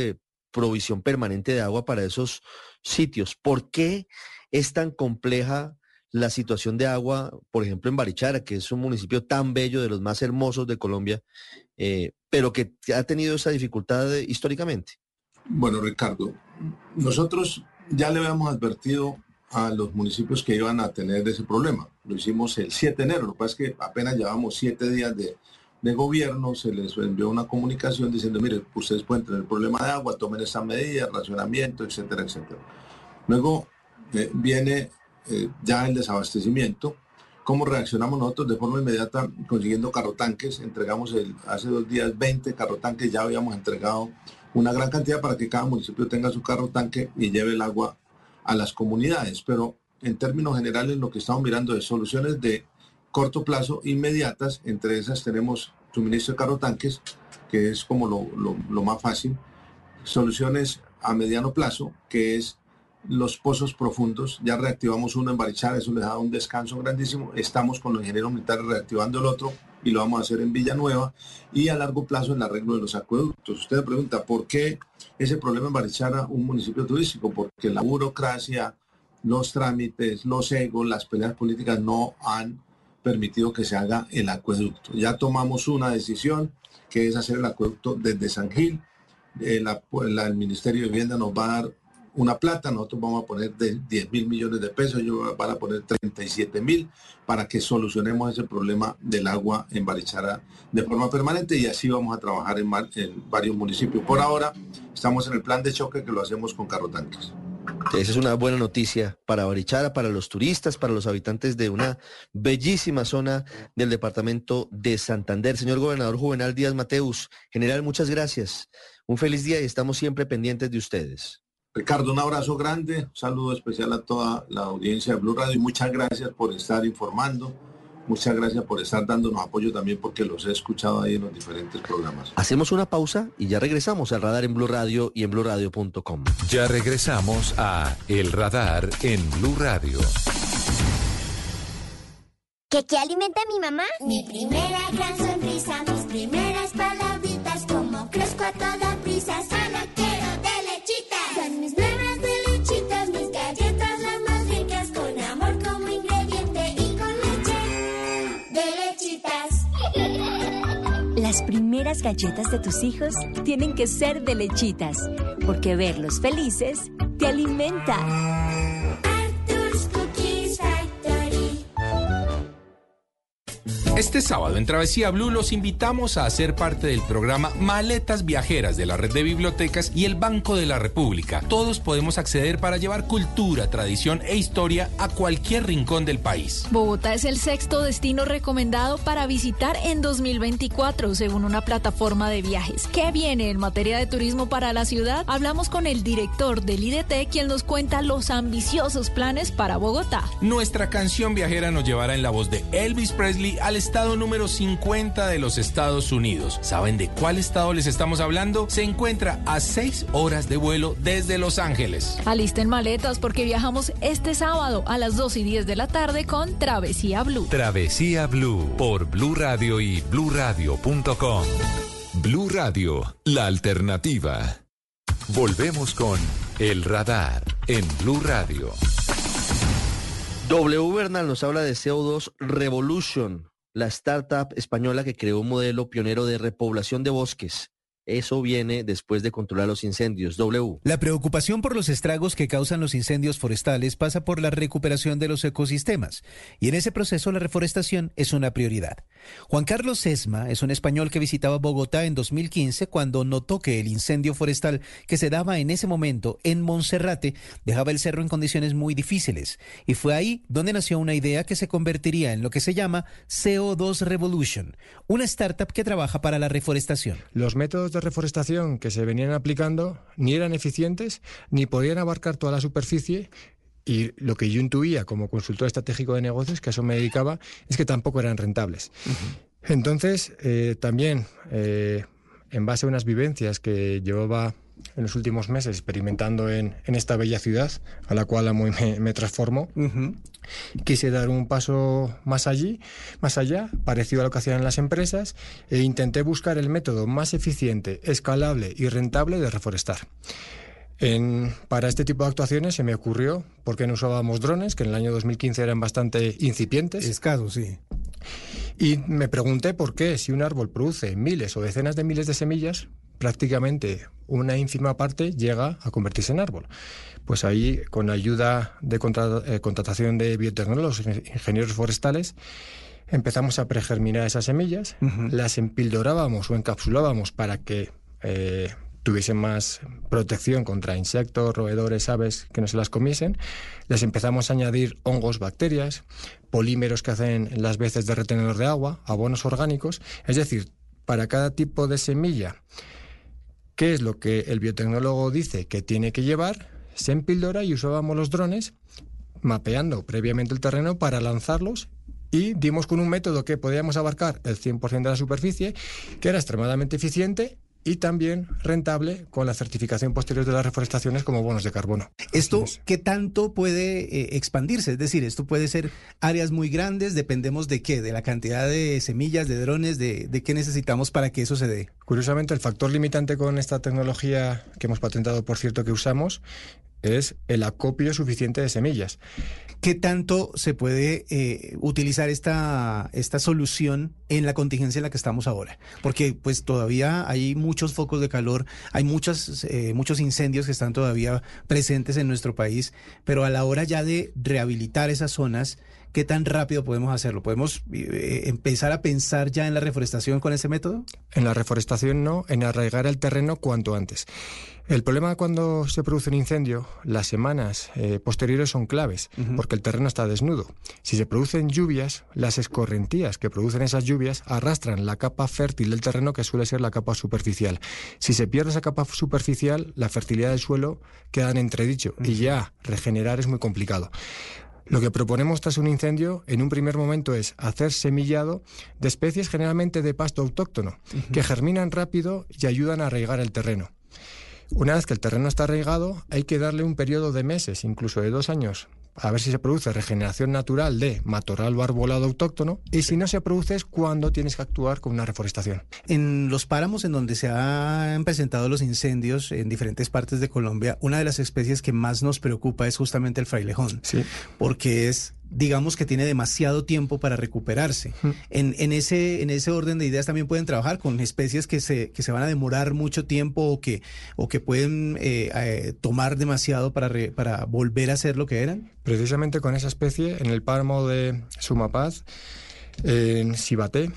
provisión permanente de agua para esos sitios. ¿Por qué es tan compleja la situación de agua, por ejemplo, en Barichara, que es un municipio tan bello, de los más hermosos de Colombia, pero que ha tenido esa dificultad históricamente? Bueno, Ricardo, nosotros ya le habíamos advertido a los municipios que iban a tener ese problema. Lo hicimos el 7 de enero, lo que pasa es que apenas llevamos 7 días de gobierno, se les envió una comunicación diciendo, mire, ustedes pueden tener problema de agua, tomen esta medida, racionamiento, etcétera, etcétera. Luego viene ya el desabastecimiento. ¿Cómo reaccionamos nosotros? De forma inmediata, consiguiendo carrotanques. Entregamos hace 2 días 20 carrotanques, ya habíamos entregado una gran cantidad para que cada municipio tenga su carrotanque y lleve el agua a las comunidades. Pero en términos generales lo que estamos mirando es soluciones de corto plazo inmediatas. Entre esas tenemos suministro de carrotanques, que es como lo más fácil. Soluciones a mediano plazo, que es los pozos profundos. Ya reactivamos uno en Barichara, eso les da un descanso grandísimo. Estamos con los ingenieros militares reactivando el otro y lo vamos a hacer en Villanueva. Y a largo plazo el arreglo de los acueductos. Usted me pregunta, ¿por qué ese problema en Barichara, un municipio turístico? Porque la burocracia, los trámites, los egos, las peleas políticas no han permitido que se haga el acueducto. Ya tomamos una decisión, que es hacer el acueducto desde San Gil. El Ministerio de Vivienda nos va a dar una plata, nosotros vamos a poner de 10.000 millones de pesos, ellos van a poner 37.000 para que solucionemos ese problema del agua en Barichara de forma permanente, y así vamos a trabajar en varios municipios. Por ahora estamos en el plan de choque, que lo hacemos con carrotanques. Esa es una buena noticia para Barichara, para los turistas, para los habitantes de una bellísima zona del departamento de Santander. Señor gobernador Juvenal Díaz Mateus, general, muchas gracias. Un feliz día y estamos siempre pendientes de ustedes. Ricardo, un abrazo grande, un saludo especial a toda la audiencia de Blue Radio y muchas gracias por estar informando, muchas gracias por estar dándonos apoyo también, porque los he escuchado ahí en los diferentes programas. Hacemos una pausa y ya regresamos al Radar en Blue Radio y en bluradio.com. Ya regresamos a El Radar en Blue Radio. ¿Qué alimenta mi mamá? Mi primera gran sonrisa, mis primeras palabritas, como crezco a toda prisa, solo quiero de lechitas. Son mis nuevas de lechitas, mis galletas las más ricas, con amor como ingrediente y con leche de lechitas. Las primeras galletas de tus hijos tienen que ser de lechitas, porque verlos felices te alimenta. Este sábado en Travesía Blue los invitamos a hacer parte del programa Maletas Viajeras de la Red de Bibliotecas y el Banco de la República. Todos podemos acceder para llevar cultura, tradición e historia a cualquier rincón del país. Bogotá es el 6º destino recomendado para visitar en 2024, según una plataforma de viajes. ¿Qué viene en materia de turismo para la ciudad? Hablamos con el director del IDT, quien nos cuenta los ambiciosos planes para Bogotá. Nuestra canción viajera nos llevará en la voz de Elvis Presley al estado número 50 de los Estados Unidos. ¿Saben de cuál estado les estamos hablando? Se encuentra a 6 horas de vuelo desde Los Ángeles. Alisten maletas porque viajamos este sábado a las 2:10 de la tarde con Travesía Blue. Travesía Blue por Blue Radio y bluradio.com. Blue Radio, la alternativa. Volvemos con El Radar en Blue Radio. W Bernal nos habla de CO2 Revolution, la startup española que creó un modelo pionero de repoblación de bosques. Eso viene después de controlar los incendios. W. La preocupación por los estragos que causan los incendios forestales pasa por la recuperación de los ecosistemas, y en ese proceso la reforestación es una prioridad. Juan Carlos Sesma es un español que visitaba Bogotá en 2015 cuando notó que el incendio forestal que se daba en ese momento en Monserrate dejaba el cerro en condiciones muy difíciles, y fue ahí donde nació una idea que se convertiría en lo que se llama CO2 Revolution, una startup que trabaja para la reforestación. Los métodos de reforestación que se venían aplicando ni eran eficientes ni podían abarcar toda la superficie, y lo que yo intuía como consultor estratégico de negocios, que a eso me dedicaba, es que tampoco eran rentables. Entonces, también en base a unas vivencias que llevaba en los últimos meses experimentando en esta bella ciudad, a la cual amo y me transformo. Quise dar un paso más allá, parecido a lo que hacían las empresas, e intenté buscar el método más eficiente, escalable y rentable de reforestar. Para este tipo de actuaciones se me ocurrió por qué no usábamos drones, que en el año 2015 eran bastante incipientes. Escasos, sí. Y me pregunté por qué, si un árbol produce miles o decenas de miles de semillas, prácticamente una ínfima parte llega a convertirse en árbol. Pues ahí, con ayuda de contratación de biotecnólogos, ingenieros forestales, empezamos a pregerminar esas semillas, las empildorábamos o encapsulábamos para que tuviesen más protección contra insectos, roedores, aves que no se las comiesen. Les empezamos a añadir hongos, bacterias, polímeros que hacen las veces de retenedor de agua, abonos orgánicos. Es decir, para cada tipo de semilla, ¿qué es lo que el biotecnólogo dice que tiene que llevar? Se empildora y usábamos los drones mapeando previamente el terreno para lanzarlos, y dimos con un método que podíamos abarcar el 100% de la superficie, que era extremadamente eficiente y también rentable con la certificación posterior de las reforestaciones como bonos de carbono. ¿Esto qué tanto puede expandirse? Es decir, esto puede ser áreas muy grandes, ¿dependemos de qué? ¿De la cantidad de semillas, de drones, de qué necesitamos para que eso se dé? Curiosamente, el factor limitante con esta tecnología que hemos patentado, por cierto, que usamos, es el acopio suficiente de semillas. ¿Qué tanto se puede utilizar esta solución en la contingencia en la que estamos ahora? Porque pues todavía hay muchos focos de calor, hay muchos incendios que están todavía presentes en nuestro país, pero a la hora ya de rehabilitar esas zonas, ¿qué tan rápido podemos hacerlo? ¿Podemos empezar a pensar ya en la reforestación con ese método? En la reforestación no, en arraigar el terreno cuanto antes. El problema cuando se produce un incendio, las semanas posteriores son claves, porque el terreno está desnudo. Si se producen lluvias, las escorrentías que producen esas lluvias arrastran la capa fértil del terreno, que suele ser la capa superficial. Si se pierde esa capa superficial, la fertilidad del suelo queda en entredicho y ya regenerar es muy complicado. Lo que proponemos tras un incendio, en un primer momento, es hacer semillado de especies generalmente de pasto autóctono, que germinan rápido y ayudan a arraigar el terreno. Una vez que el terreno está arraigado, hay que darle un periodo de meses, incluso de 2 años, a ver si se produce regeneración natural de matorral o arbolado autóctono, y si no se produce es cuando tienes que actuar con una reforestación. En los páramos en donde se han presentado los incendios en diferentes partes de Colombia, una de las especies que más nos preocupa es justamente el frailejón, sí, porque digamos que tiene demasiado tiempo para recuperarse. En ese orden de ideas también pueden trabajar con especies que se van a demorar mucho tiempo o que pueden tomar demasiado para volver a ser lo que eran. Precisamente con esa especie, en el páramo de Sumapaz, en Cibaté,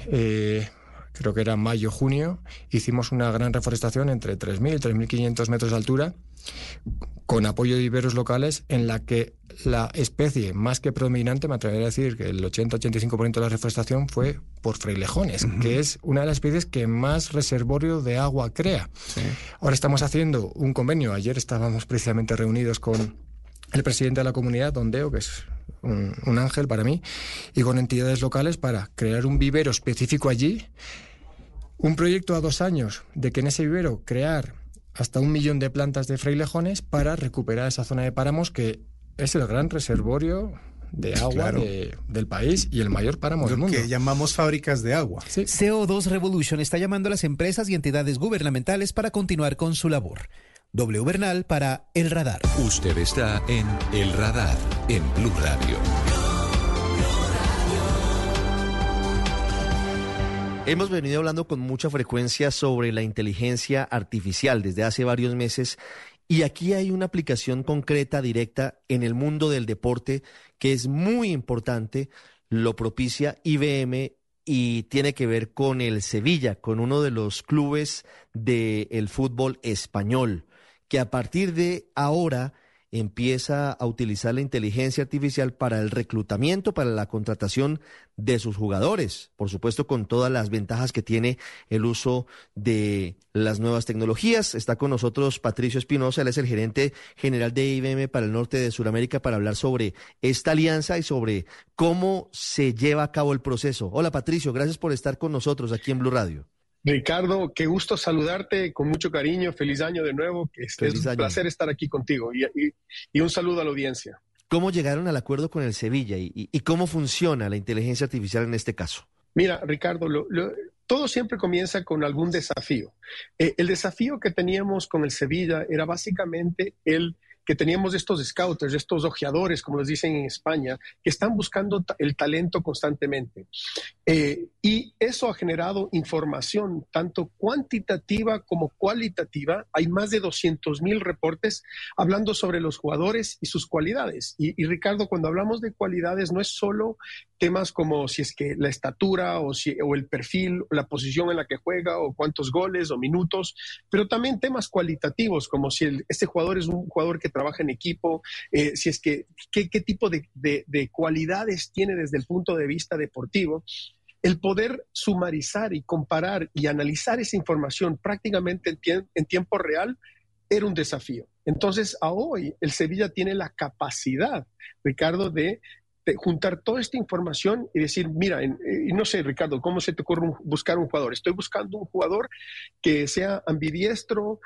creo que era mayo-junio, hicimos una gran reforestación entre 3.000 y 3.500 metros de altura, con apoyo de viveros locales, en la que la especie más que predominante, me atrevería a decir que el 80-85% de la reforestación fue por frailejones, que es una de las especies que más reservorio de agua crea. Sí. Ahora estamos haciendo un convenio, ayer estábamos precisamente reunidos con el presidente de la comunidad, don Deo, que es un ángel para mí, y con entidades locales para crear un vivero específico allí, un proyecto a 2 años de que en ese vivero crear hasta 1 millón de plantas de frailejones para recuperar esa zona de páramos que es el gran reservorio de agua del país y el mayor páramo del mundo. Lo que llamamos fábricas de agua. Sí. CO2 Revolution está llamando a las empresas y entidades gubernamentales para continuar con su labor. W Bernal para El Radar. Usted está en El Radar, en Blue Radio. Hemos venido hablando con mucha frecuencia sobre la inteligencia artificial desde hace varios meses, y aquí hay una aplicación concreta, directa, en el mundo del deporte que es muy importante. Lo propicia IBM y tiene que ver con el Sevilla, con uno de los clubes del fútbol español, que a partir de ahora empieza a utilizar la inteligencia artificial para el reclutamiento, para la contratación de sus jugadores, por supuesto con todas las ventajas que tiene el uso de las nuevas tecnologías. Está con nosotros Patricio Espinosa, él es el gerente general de IBM para el norte de Sudamérica, para hablar sobre esta alianza y sobre cómo se lleva a cabo el proceso. Hola Patricio, gracias por estar con nosotros aquí en Blue Radio. Ricardo, qué gusto saludarte, con mucho cariño, feliz año de nuevo, es un placer estar aquí contigo y un saludo a la audiencia. ¿Cómo llegaron al acuerdo con el Sevilla y cómo funciona la inteligencia artificial en este caso? Mira, Ricardo, todo siempre comienza con algún desafío. El desafío que teníamos con el Sevilla era básicamente que teníamos estos scouters, estos ojeadores, como les dicen en España, que están buscando el talento constantemente. Y eso ha generado información, tanto cuantitativa como cualitativa. Hay más de 200,000 reportes hablando sobre los jugadores y sus cualidades. Y Ricardo, cuando hablamos de cualidades, no es solo temas como si es que la estatura o el perfil, o la posición en la que juega, o cuántos goles o minutos, pero también temas cualitativos, como si este jugador es un jugador que trabaja en equipo, si es que qué tipo de cualidades tiene desde el punto de vista deportivo. El poder sumarizar y comparar y analizar esa información prácticamente en tiempo real era un desafío. Entonces, a hoy el Sevilla tiene la capacidad, Ricardo, de juntar toda esta información y decir, mira, y no sé, Ricardo, ¿cómo se te ocurre buscar un jugador? Estoy buscando un jugador que sea ambidiestro,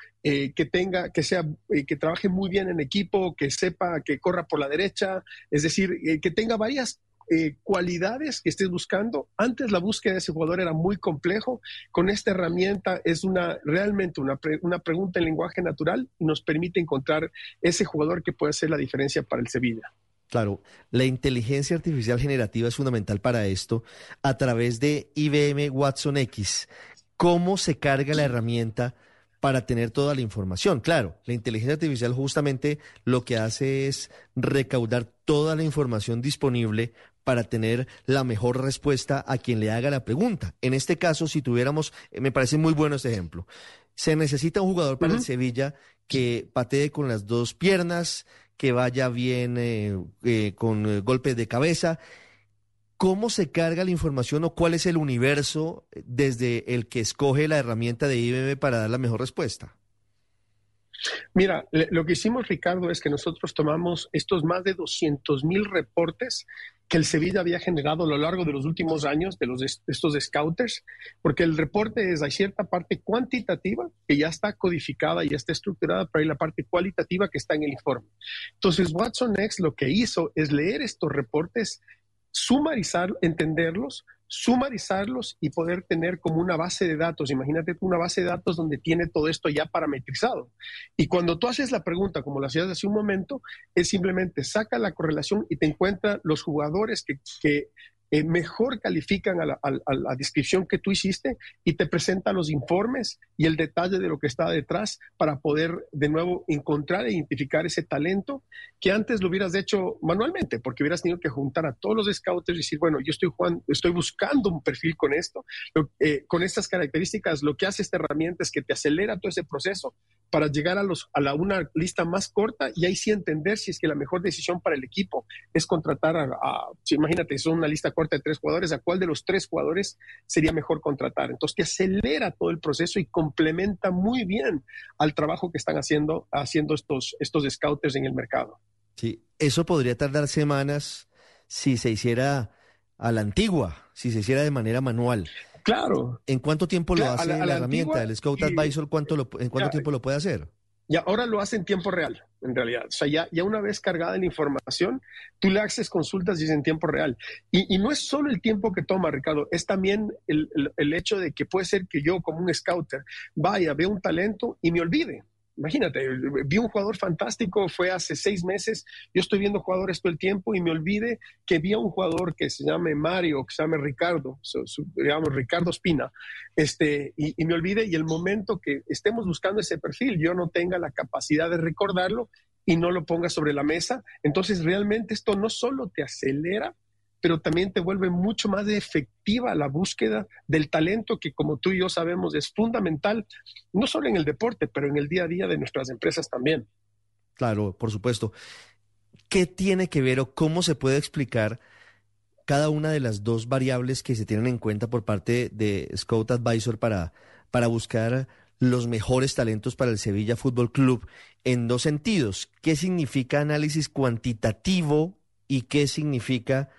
que trabaje muy bien en equipo, que sepa que corra por la derecha, es decir, que tenga varias cualidades que estés buscando. Antes la búsqueda de ese jugador era muy complejo. Con esta herramienta es realmente una pregunta en lenguaje natural y nos permite encontrar ese jugador que puede hacer la diferencia para el Sevilla. Claro, la inteligencia artificial generativa es fundamental para esto. A través de IBM Watson X, ¿cómo se carga la herramienta para tener toda la información? Claro, la inteligencia artificial justamente lo que hace es recaudar toda la información disponible para tener la mejor respuesta a quien le haga la pregunta. En este caso, si tuviéramos, me parece muy bueno este ejemplo, se necesita un jugador para el Sevilla que patee con las dos piernas, que vaya bien con golpes de cabeza. ¿Cómo se carga la información o cuál es el universo desde el que escoge la herramienta de IBM para dar la mejor respuesta? Mira, lo que hicimos, Ricardo, es que nosotros tomamos estos más de 200,000 reportes que el Sevilla había generado a lo largo de los últimos años de estos scouters, porque el reporte hay cierta parte cuantitativa que ya está codificada y ya está estructurada, pero hay la parte cualitativa que está en el informe. Entonces, Watson X lo que hizo es leer estos reportes, sumarizar, entenderlos, sumarizarlos y poder tener como una base de datos. Imagínate una base de datos donde tiene todo esto ya parametrizado. Y cuando tú haces la pregunta, como lo hacías hace un momento, es simplemente saca la correlación y te encuentra los jugadores que mejor califican a la descripción que tú hiciste y te presenta los informes y el detalle de lo que está detrás para poder de nuevo encontrar e identificar ese talento que antes lo hubieras hecho manualmente, porque hubieras tenido que juntar a todos los scouts y decir, bueno, yo estoy buscando un perfil con esto, con estas características. Lo que hace esta herramienta es que te acelera todo ese proceso para llegar a una lista más corta y ahí sí entender si es que la mejor decisión para el equipo es contratar imagínate, son una lista corta de 3 jugadores, ¿a cuál de los 3 jugadores sería mejor contratar? Entonces te acelera todo el proceso y complementa muy bien al trabajo que están haciendo estos scouters en el mercado. Sí, eso podría tardar semanas si se hiciera a la antigua, si se hiciera de manera manual. Claro. ¿En cuánto tiempo lo hace la herramienta? ¿El Scout Advisor en cuánto tiempo lo puede hacer? Y ahora lo hace en tiempo real, en realidad. O sea, ya una vez cargada la información, tú le haces consultas y es en tiempo real. Y no es solo el tiempo que toma, Ricardo, es también el hecho de que puede ser que yo, como un scouter, vea un talento y me olvide. Imagínate, vi un jugador fantástico, fue hace 6 meses, yo estoy viendo jugadores todo el tiempo y me olvide que vi a un jugador que se llame Mario, que se llame Ricardo, digamos Ricardo Espina, y me olvide, y el momento que estemos buscando ese perfil, yo no tenga la capacidad de recordarlo y no lo ponga sobre la mesa. Entonces realmente esto no solo te acelera, pero también te vuelve mucho más efectiva la búsqueda del talento que, como tú y yo sabemos, es fundamental, no solo en el deporte, pero en el día a día de nuestras empresas también. Claro, por supuesto. ¿Qué tiene que ver o cómo se puede explicar cada una de las 2 variables que se tienen en cuenta por parte de Scout Advisor para buscar los mejores talentos para el Sevilla Fútbol Club en 2 sentidos? ¿Qué significa análisis cuantitativo y qué significa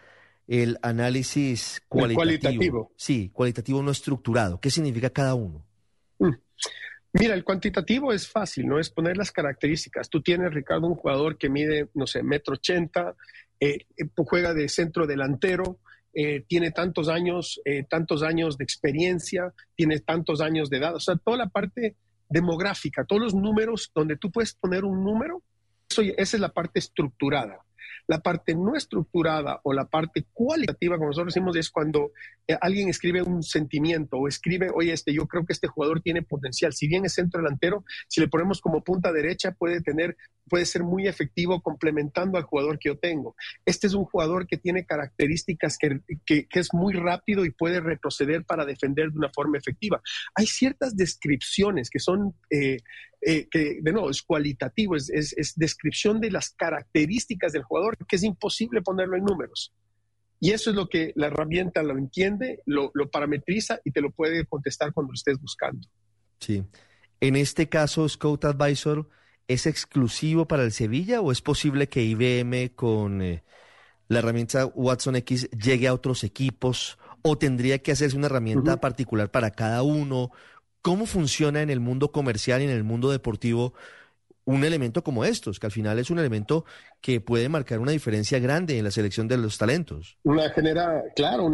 el análisis cualitativo. Sí, cualitativo no estructurado. ¿Qué significa cada uno? Mira, el cuantitativo es fácil, ¿no? Es poner las características. Tú tienes, Ricardo, un jugador que mide, no sé, 1,80 m, juega de centro delantero, tiene tantos años de experiencia, tiene tantos años de edad. O sea, toda la parte demográfica, todos los números donde tú puedes poner un número, esa es la parte estructurada. La parte no estructurada o la parte cualitativa, como nosotros decimos, es cuando alguien escribe un sentimiento o escribe, oye, yo creo que este jugador tiene potencial. Si bien es centro delantero, si le ponemos como punta derecha, puede ser muy efectivo complementando al jugador que yo tengo. Este es un jugador que tiene características que es muy rápido y puede retroceder para defender de una forma efectiva. Hay ciertas descripciones que son... que de nuevo es cualitativo, es descripción de las características del jugador, que es imposible ponerlo en números. Y eso es lo que la herramienta lo entiende, lo parametriza y te lo puede contestar cuando lo estés buscando. Sí. En este caso, Scout Advisor, ¿es exclusivo para el Sevilla o es posible que IBM con la herramienta Watson X llegue a otros equipos o tendría que hacerse una herramienta particular para cada uno? ¿Cómo funciona en el mundo comercial y en el mundo deportivo un elemento como estos, que al final es un elemento que puede marcar una diferencia grande en la selección de los talentos? Genera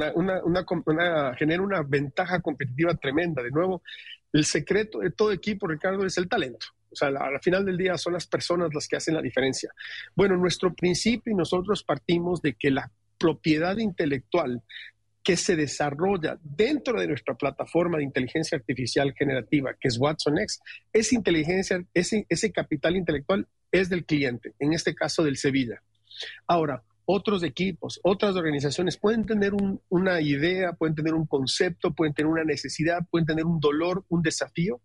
una ventaja competitiva tremenda. De nuevo, el secreto de todo equipo, Ricardo, es el talento. O sea, al final del día son las personas las que hacen la diferencia. Bueno, nuestro principio y nosotros partimos de que la propiedad intelectual que se desarrolla dentro de nuestra plataforma de inteligencia artificial generativa, que es Watson X, ese capital intelectual es del cliente, en este caso del Sevilla. Ahora, otros equipos, otras organizaciones pueden tener una idea, pueden tener un concepto, pueden tener una necesidad, pueden tener un dolor, un desafío.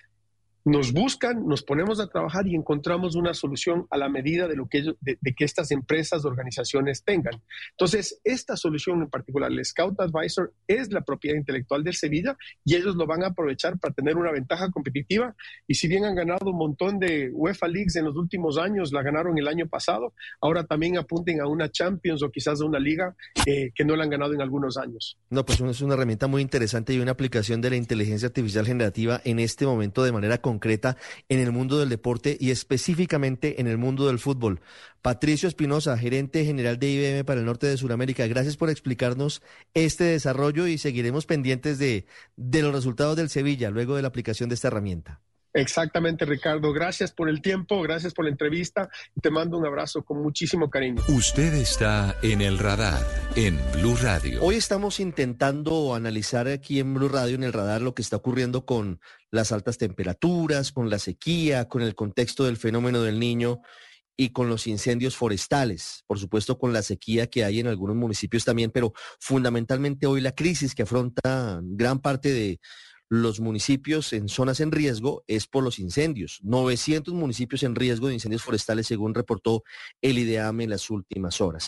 Nos buscan, nos ponemos a trabajar y encontramos una solución a la medida de que estas empresas, organizaciones tengan. Entonces, esta solución en particular, el Scout Advisor, es la propiedad intelectual del Sevilla y ellos lo van a aprovechar para tener una ventaja competitiva. Y si bien han ganado un montón de UEFA Leagues en los últimos años, la ganaron el año pasado, ahora también apunten a una Champions o quizás a una liga que no la han ganado en algunos años. No, pues es una herramienta muy interesante y una aplicación de la inteligencia artificial generativa en este momento de manera concreta en el mundo del deporte y específicamente en el mundo del fútbol. Patricio Espinosa, gerente general de IBM para el norte de Sudamérica, gracias por explicarnos este desarrollo y seguiremos pendientes de los resultados del Sevilla luego de la aplicación de esta herramienta. Exactamente, Ricardo. Gracias por el tiempo, gracias por la entrevista y te mando un abrazo con muchísimo cariño. Usted está en el radar en Blue Radio. Hoy estamos intentando analizar aquí en Blue Radio, en el radar, lo que está ocurriendo con las altas temperaturas, con la sequía, con el contexto del fenómeno del Niño y con los incendios forestales, por supuesto con la sequía que hay en algunos municipios también, pero fundamentalmente hoy la crisis que afronta gran parte de los municipios en zonas en riesgo es por los incendios. 900 municipios en riesgo de incendios forestales, según reportó el IDEAM en las últimas horas.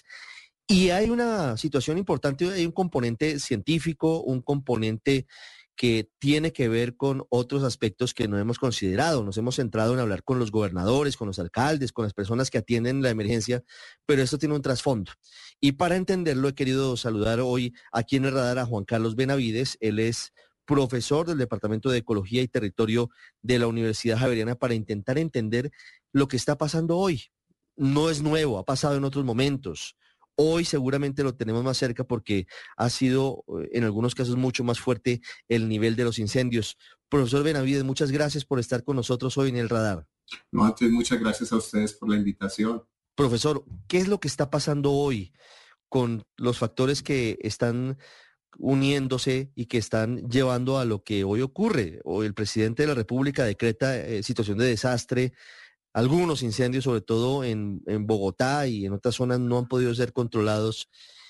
Y hay una situación importante, hay un componente científico, un componente que tiene que ver con otros aspectos que no hemos considerado. Nos hemos centrado en hablar con los gobernadores, con los alcaldes, con las personas que atienden la emergencia, pero esto tiene un trasfondo. Y para entenderlo he querido saludar hoy aquí en el radar a Juan Carlos Benavides. Él es profesor del Departamento de Ecología y Territorio de la Universidad Javeriana, para intentar entender lo que está pasando hoy. No es nuevo, ha pasado en otros momentos. Hoy seguramente lo tenemos más cerca porque ha sido en algunos casos mucho más fuerte el nivel de los incendios. Profesor Benavides, muchas gracias por estar con nosotros hoy en el radar. No, antes muchas gracias a ustedes por la invitación. Profesor, ¿qué es lo que está pasando hoy con los factores que están uniéndose y que están llevando a lo que hoy ocurre? Hoy el presidente de la República decreta situación de desastre. Algunos incendios, sobre todo en Bogotá y en otras zonas, no han podido ser controlados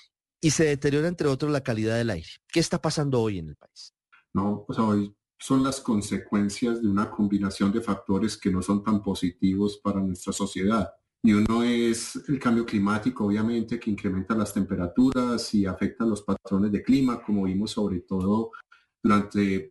y se deteriora, entre otros, la calidad del aire. ¿Qué está pasando hoy en el país? No, pues hoy son las consecuencias de una combinación de factores que no son tan positivos para nuestra sociedad. Y uno es el cambio climático, obviamente, que incrementa las temperaturas y afecta los patrones de clima, como vimos sobre todo durante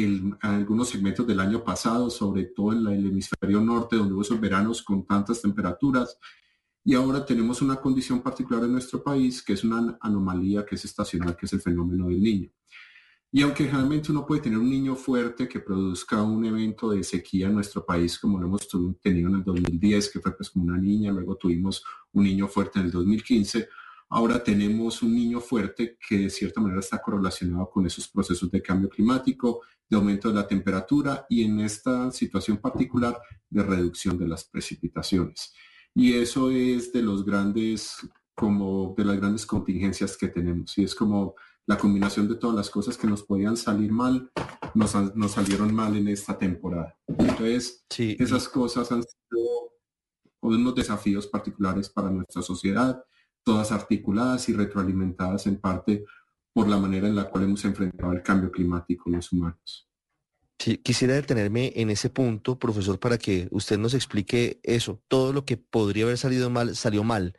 algunos segmentos del año pasado, sobre todo en el hemisferio norte, donde hubo esos veranos con tantas temperaturas. Y ahora tenemos una condición particular en nuestro país, que es una anomalía que es estacional, que es el fenómeno del niño. Y aunque generalmente uno puede tener un niño fuerte que produzca un evento de sequía en nuestro país, como lo hemos tenido en el 2010, que fue pues como una niña, luego tuvimos un niño fuerte en el 2015, ahora tenemos un niño fuerte que de cierta manera está correlacionado con esos procesos de cambio climático, de aumento de la temperatura y en esta situación particular de reducción de las precipitaciones. Y eso es de las grandes contingencias que tenemos. Y es como la combinación de todas las cosas que nos podían salir mal, nos salieron mal en esta temporada. Entonces, sí, esas cosas han sido unos desafíos particulares para nuestra sociedad, todas articuladas y retroalimentadas en parte por la manera en la cual hemos enfrentado el cambio climático los humanos. Sí, quisiera detenerme en ese punto, profesor, para que usted nos explique eso. Todo lo que podría haber salido mal, salió mal.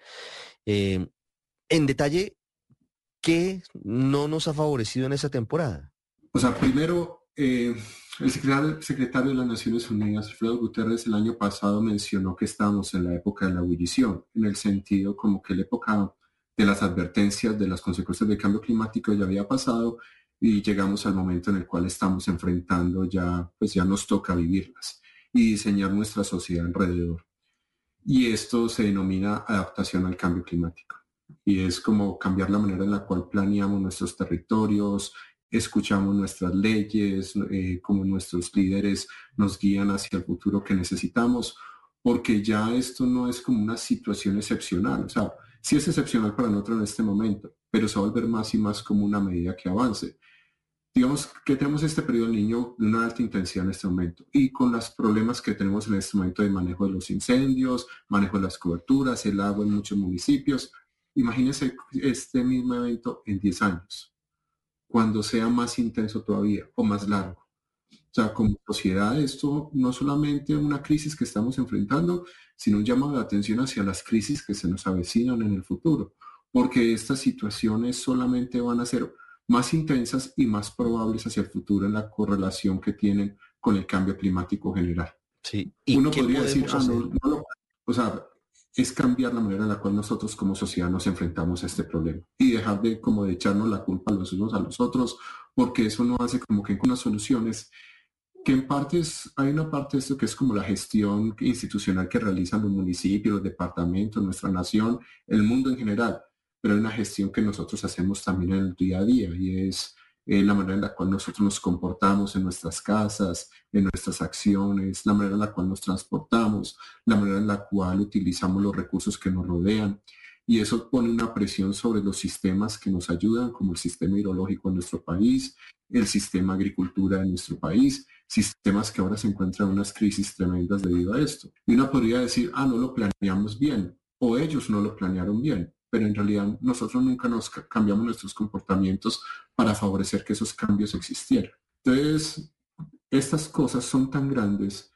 En detalle, ¿qué no nos ha favorecido en esa temporada? O sea, primero, el secretario de las Naciones Unidas, Alfredo Guterres, el año pasado mencionó que estábamos en la época de la ebullición, en el sentido como que la época de las advertencias de las consecuencias del cambio climático ya había pasado y llegamos al momento en el cual estamos enfrentando pues ya nos toca vivirlas y diseñar nuestra sociedad alrededor. Y esto se denomina adaptación al cambio climático. Y es como cambiar la manera en la cual planeamos nuestros territorios, escuchamos nuestras leyes, como nuestros líderes nos guían hacia el futuro que necesitamos, porque ya esto no es como una situación excepcional. O sea, sí es excepcional para nosotros en este momento, pero se va a volver más y más como una medida que avance. Digamos que tenemos este periodo del niño de una alta intensidad en este momento y con los problemas que tenemos en este momento de manejo de los incendios, manejo de las coberturas, el agua en muchos municipios. Imagínense este mismo evento en 10 años, cuando sea más intenso todavía o más largo. O sea, como sociedad esto no solamente una crisis que estamos enfrentando, sino un llamado de atención hacia las crisis que se nos avecinan en el futuro, porque estas situaciones solamente van a ser más intensas y más probables hacia el futuro en la correlación que tienen con el cambio climático general. Sí. Uno podría decir, es cambiar la manera en la cual nosotros como sociedad nos enfrentamos a este problema y dejar de echarnos la culpa los unos a los otros, porque eso no hace como que unas soluciones que en partes, hay una parte de esto que es como la gestión institucional que realizan los municipios, los departamentos, nuestra nación, el mundo en general, pero hay una gestión que nosotros hacemos también en el día a día y es la manera en la cual nosotros nos comportamos en nuestras casas, en nuestras acciones, la manera en la cual nos transportamos, la manera en la cual utilizamos los recursos que nos rodean. Y eso pone una presión sobre los sistemas que nos ayudan, como el sistema hidrológico en nuestro país, el sistema agricultura de nuestro país, sistemas que ahora se encuentran en unas crisis tremendas debido a esto. Y uno podría decir, no lo planeamos bien, o ellos no lo planearon bien, pero en realidad nosotros nunca nos cambiamos nuestros comportamientos para favorecer que esos cambios existieran. Entonces, estas cosas son tan grandes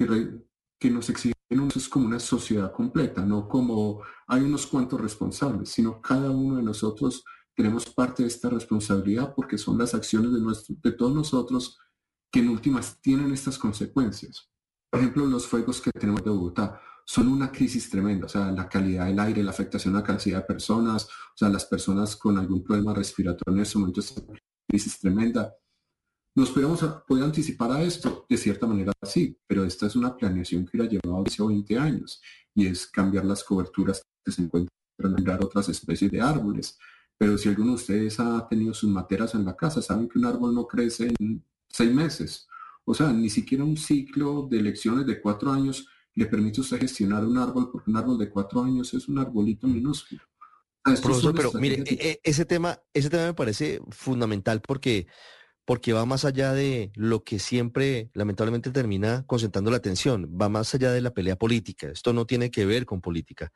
que nos exigen nosotros como una sociedad completa, no como hay unos cuantos responsables, sino cada uno de nosotros tenemos parte de esta responsabilidad porque son las acciones de todos nosotros que en últimas tienen estas consecuencias. Por ejemplo, los fuegos que tenemos de Bogotá son una crisis tremenda, o sea, la calidad del aire, la afectación a la cantidad de personas, o sea, las personas con algún problema respiratorio en este momento es una crisis tremenda. ¿Nos podemos poder anticipar a esto? De cierta manera sí, pero esta es una planeación que hubiera llevado 10 o 20 años y es cambiar las coberturas que se encuentran, nombrar otras especies de árboles. Pero si alguno de ustedes ha tenido sus materas en la casa, saben que un árbol no crece en 6 meses. O sea, ni siquiera un ciclo de elecciones de 4 años le permite a usted gestionar un árbol, porque un árbol de 4 años es un arbolito minúsculo. Profesor, pero mire, ese tema me parece fundamental porque va más allá de lo que siempre lamentablemente termina concentrando la atención, va más allá de la pelea política. Esto no tiene que ver con política.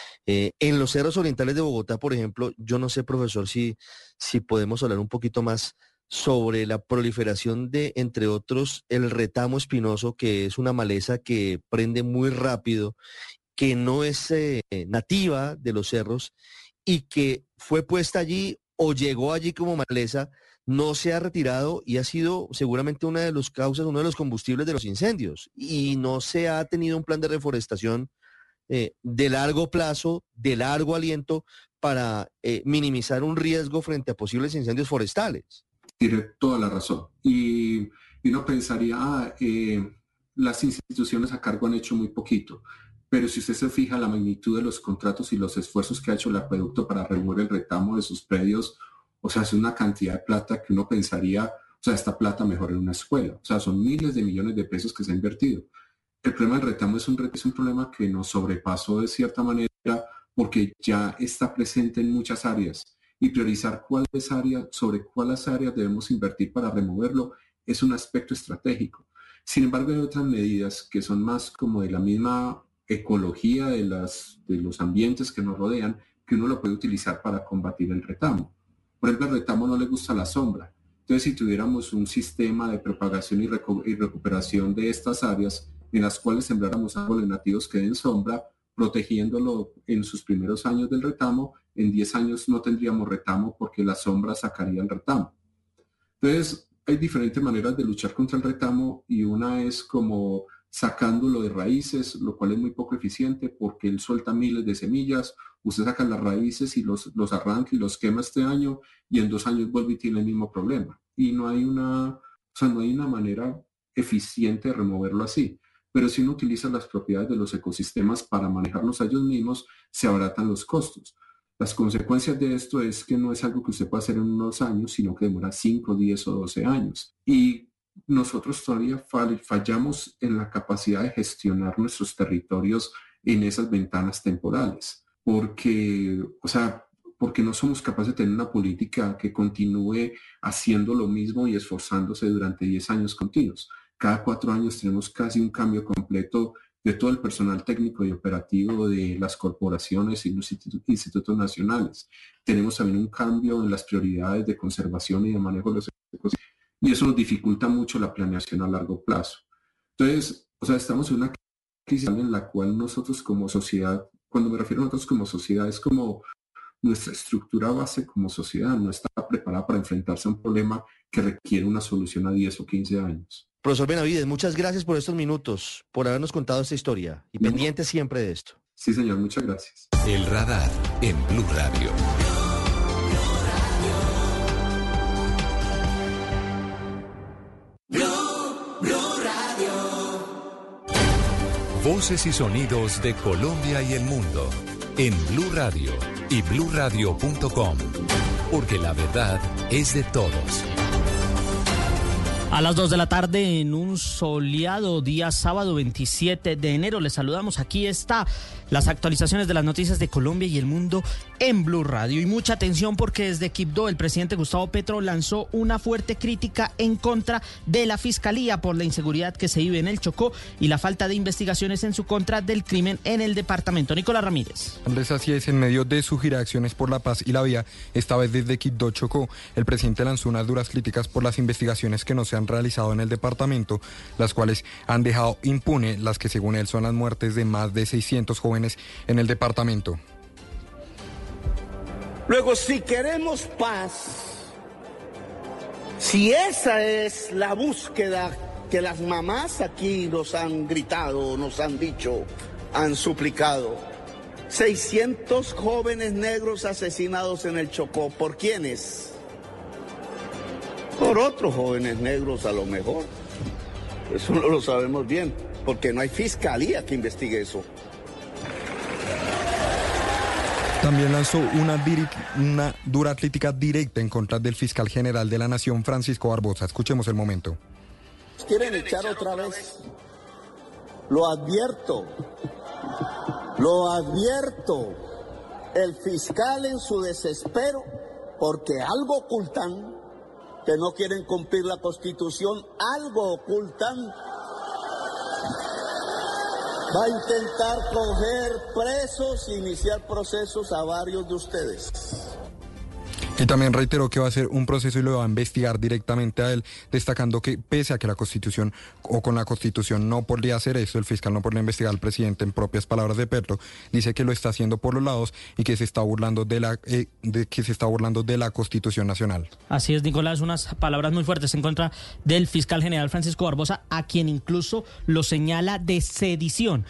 En los cerros orientales de Bogotá, por ejemplo, yo no sé, profesor, si podemos hablar un poquito más sobre la proliferación de, entre otros, el retamo espinoso, que es una maleza que prende muy rápido, que no es nativa de los cerros y que fue puesta allí o llegó allí como maleza, no se ha retirado y ha sido seguramente una de las causas, uno de los combustibles de los incendios. Y no se ha tenido un plan de reforestación de largo plazo, de largo aliento, para minimizar un riesgo frente a posibles incendios forestales. Tiene toda la razón. Y uno pensaría, las instituciones a cargo han hecho muy poquito, pero si usted se fija la magnitud de los contratos y los esfuerzos que ha hecho el acueducto para remover el retamo de sus predios, o sea, es una cantidad de plata que uno pensaría, o sea, esta plata mejor en una escuela. O sea, son miles de millones de pesos que se ha invertido. El problema del retamo es un problema que nos sobrepasó de cierta manera porque ya está presente en muchas áreas, y priorizar sobre cuáles áreas debemos invertir para removerlo es un aspecto estratégico. Sin embargo, hay otras medidas que son más como de la misma ecología de los ambientes que nos rodean, que uno lo puede utilizar para combatir el retamo. Por ejemplo, al retamo no le gusta la sombra. Entonces, si tuviéramos un sistema de propagación y recuperación de estas áreas en las cuales sembráramos árboles nativos que den sombra, protegiéndolo en sus primeros años del retamo, en 10 años no tendríamos retamo porque la sombra sacaría el retamo. Entonces, hay diferentes maneras de luchar contra el retamo, y una es como sacándolo de raíces, lo cual es muy poco eficiente porque él suelta miles de semillas. Usted saca las raíces y los arranca y los quema este año, y en 2 años vuelve y tiene el mismo problema. Y no hay una manera eficiente de removerlo así. Pero si uno utiliza las propiedades de los ecosistemas para manejarlos a ellos mismos, se abaratan los costos. Las consecuencias de esto es que no es algo que usted pueda hacer en unos años, sino que demora 5, 10 o 12 años. Y nosotros todavía fallamos en la capacidad de gestionar nuestros territorios en esas ventanas temporales, porque no somos capaces de tener una política que continúe haciendo lo mismo y esforzándose durante 10 años continuos. Cada 4 años tenemos casi un cambio completo de todo el personal técnico y operativo de las corporaciones y los institutos nacionales. Tenemos también un cambio en las prioridades de conservación y de manejo de los ecosistemas, y eso nos dificulta mucho la planeación a largo plazo. Entonces, estamos en una crisis en la cual nosotros como sociedad, cuando me refiero a nosotros como sociedad, es como nuestra estructura base como sociedad no está preparada para enfrentarse a un problema que requiere una solución a 10 o 15 años. Profesor Benavides, muchas gracias por estos minutos, por habernos contado esta historia, y pendiente siempre de esto. Sí, señor, muchas gracias. El Radar en Blue Radio. Blue Radio. Voces y sonidos de Colombia y el mundo en Blue Radio y bluradio.com, porque la verdad es de todos. A las 2 de la tarde, en un soleado día sábado 27 de enero, les saludamos. Aquí está las actualizaciones de las noticias de Colombia y el mundo en Blue Radio. Y mucha atención, porque desde Quibdó el presidente Gustavo Petro lanzó una fuerte crítica en contra de la Fiscalía por la inseguridad que se vive en el Chocó y la falta de investigaciones en su contra del crimen en el departamento. Nicolás Ramírez. Andrés, así es, en medio de su gira de Acciones por la Paz y la Vía, esta vez desde Quibdó, Chocó, el presidente lanzó unas duras críticas por las investigaciones que no se han realizado en el departamento, las cuales han dejado impune las que según él son las muertes de más de 600 jóvenes en el departamento. Luego, si queremos paz, si esa es la búsqueda que las mamás aquí nos han gritado, nos han dicho, han suplicado, 600 jóvenes negros asesinados en el Chocó, ¿por quiénes? Por otros jóvenes negros a lo mejor. Eso no lo sabemos bien, porque no hay fiscalía que investigue eso. También lanzó una dura crítica directa en contra del fiscal general de la Nación, Francisco Barbosa. Escuchemos el momento. ¿Quieren echar otra vez? Lo advierto. El fiscal en su desespero, porque algo ocultan, que no quieren cumplir la Constitución, algo ocultan, va a intentar coger presos e iniciar procesos a varios de ustedes. Y también reiteró que va a hacer un proceso y lo va a investigar directamente a él, destacando que pese a que la Constitución o con la Constitución no podría hacer eso, el fiscal no podría investigar al presidente, en propias palabras de Petro, dice que lo está haciendo por los lados y que se está burlando de la Constitución Nacional. Así es, Nicolás, unas palabras muy fuertes en contra del fiscal general Francisco Barbosa, a quien incluso lo señala de sedición.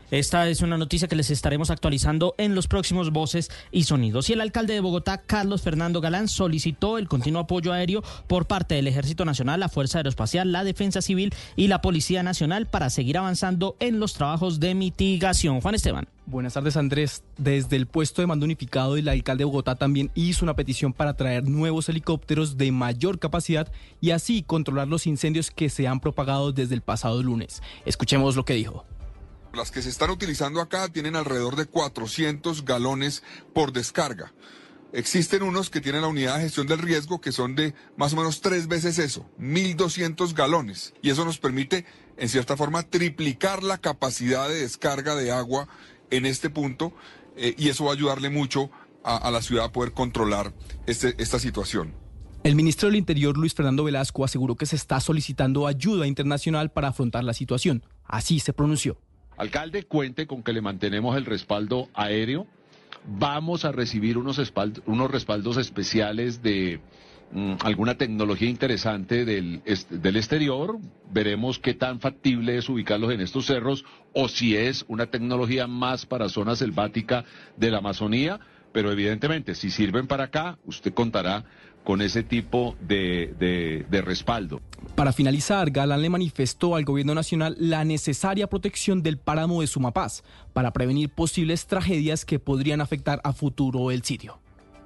Esta es una noticia que les estaremos actualizando en los próximos Voces y Sonidos. Y el alcalde de Bogotá, Carlos Fernando Galán, solicitó el continuo apoyo aéreo por parte del Ejército Nacional, la Fuerza Aeroespacial, la Defensa Civil y la Policía Nacional para seguir avanzando en los trabajos de mitigación. Juan Esteban. Buenas tardes, Andrés. Desde el puesto de mando unificado, el alcalde de Bogotá también hizo una petición para traer nuevos helicópteros de mayor capacidad y así controlar los incendios que se han propagado desde el pasado lunes. Escuchemos lo que dijo. Las que se están utilizando acá tienen alrededor de 400 galones por descarga. Existen unos que tienen la unidad de gestión del riesgo que son de más o menos 3 veces eso, 1.200 galones. Y eso nos permite, en cierta forma, triplicar la capacidad de descarga de agua en este punto, y eso va a ayudarle mucho a la ciudad a poder controlar esta situación. El ministro del Interior, Luis Fernando Velasco, aseguró que se está solicitando ayuda internacional para afrontar la situación. Así se pronunció. Alcalde, cuente con que le mantenemos el respaldo aéreo. Vamos a recibir unos respaldos especiales de alguna tecnología interesante del exterior. Veremos qué tan factible es ubicarlos en estos cerros o si es una tecnología más para zona selvática de la Amazonía. Pero evidentemente, si sirven para acá, usted contará con ese tipo de respaldo. Para finalizar, Galán le manifestó al gobierno nacional la necesaria protección del páramo de Sumapaz para prevenir posibles tragedias que podrían afectar a futuro el sitio.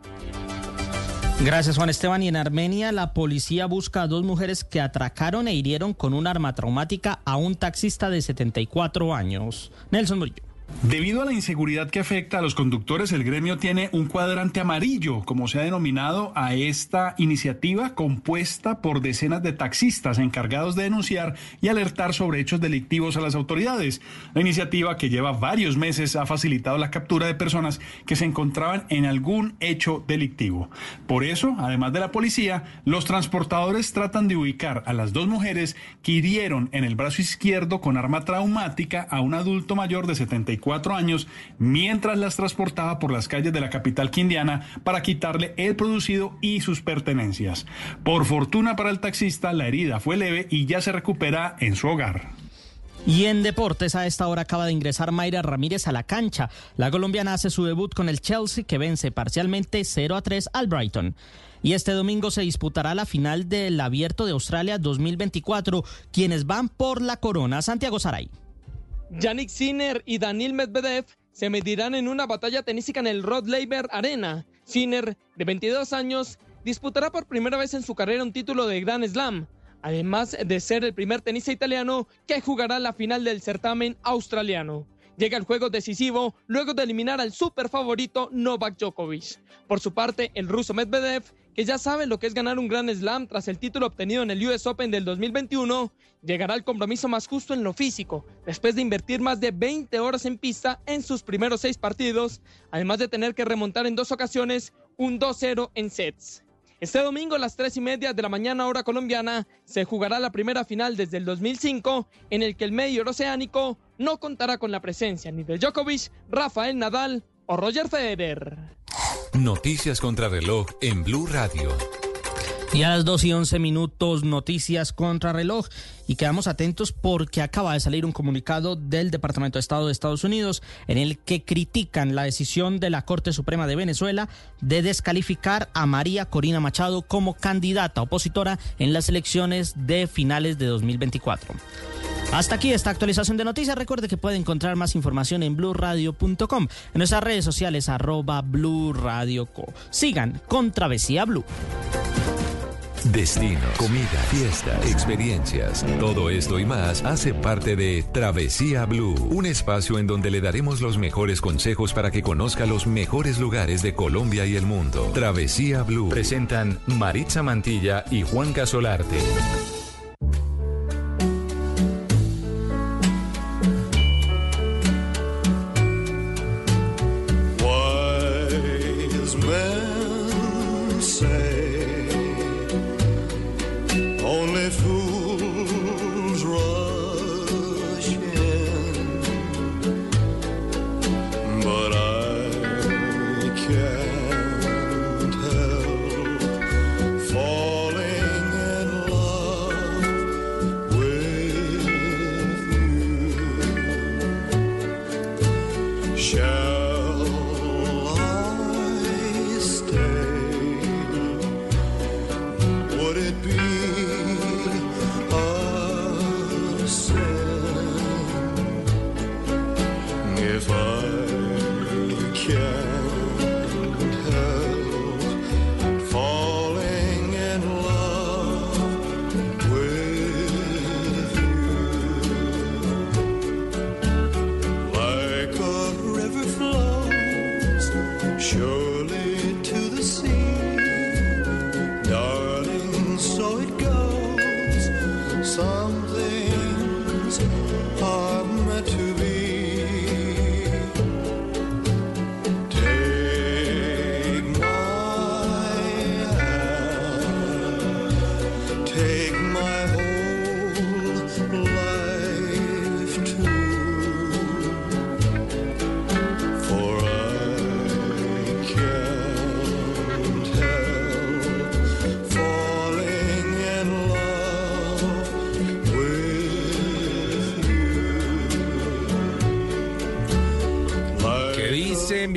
Gracias, Juan Esteban. Y en Armenia, la policía busca a 2 mujeres que atracaron e hirieron con un arma traumática a un taxista de 74 años. Nelson Murillo. Debido a la inseguridad que afecta a los conductores, el gremio tiene un cuadrante amarillo, como se ha denominado a esta iniciativa compuesta por decenas de taxistas encargados de denunciar y alertar sobre hechos delictivos a las autoridades. La iniciativa, que lleva varios meses, ha facilitado la captura de personas que se encontraban en algún hecho delictivo. Por eso, además de la policía, los transportadores tratan de ubicar a las 2 mujeres que hirieron en el brazo izquierdo con arma traumática a un adulto mayor de 74 años mientras las transportaba por las calles de la capital quindiana para quitarle el producido y sus pertenencias. Por fortuna para el taxista, la herida fue leve y ya se recupera en su hogar. Y en deportes, a esta hora acaba de ingresar Mayra Ramírez a la cancha. La colombiana hace su debut con el Chelsea, que vence parcialmente 0-3 al Brighton. Y este domingo se disputará la final del Abierto de Australia 2024, quienes van por la corona. Santiago Saray. Jannik Sinner y Daniil Medvedev se medirán en una batalla tenística en el Rod Laver Arena. Sinner, de 22 años, disputará por primera vez en su carrera un título de Grand Slam, además de ser el primer tenista italiano que jugará la final del certamen australiano. Llega el juego decisivo luego de eliminar al superfavorito Novak Djokovic. Por su parte, el ruso Medvedev, que ya sabe lo que es ganar un Grand Slam tras el título obtenido en el US Open del 2021, llegará al compromiso más justo en lo físico, después de invertir más de 20 horas en pista en sus primeros 6 partidos, además de tener que remontar en 2 ocasiones un 2-0 en sets. Este domingo a las 3:30 de la mañana hora colombiana se jugará la primera final desde el 2005 en el que el medio oceánico no contará con la presencia ni de Djokovic, Rafael Nadal o Roger Federer. Noticias contra reloj en Blue Radio. Y a las 2:11, noticias contra reloj. Y quedamos atentos porque acaba de salir un comunicado del Departamento de Estado de Estados Unidos en el que critican la decisión de la Corte Suprema de Venezuela de descalificar a María Corina Machado como candidata opositora en las elecciones de finales de 2024. Hasta aquí esta actualización de noticias. Recuerde que puede encontrar más información en blurradio.com, en nuestras redes sociales @blurradioco. Sigan con Travesía Blue. Destinos, comida, fiestas, experiencias, todo esto y más hace parte de Travesía Blue, un espacio en donde le daremos los mejores consejos para que conozca los mejores lugares de Colombia y el mundo. Travesía Blue. Presentan Maritza Mantilla y Juan Casolarte.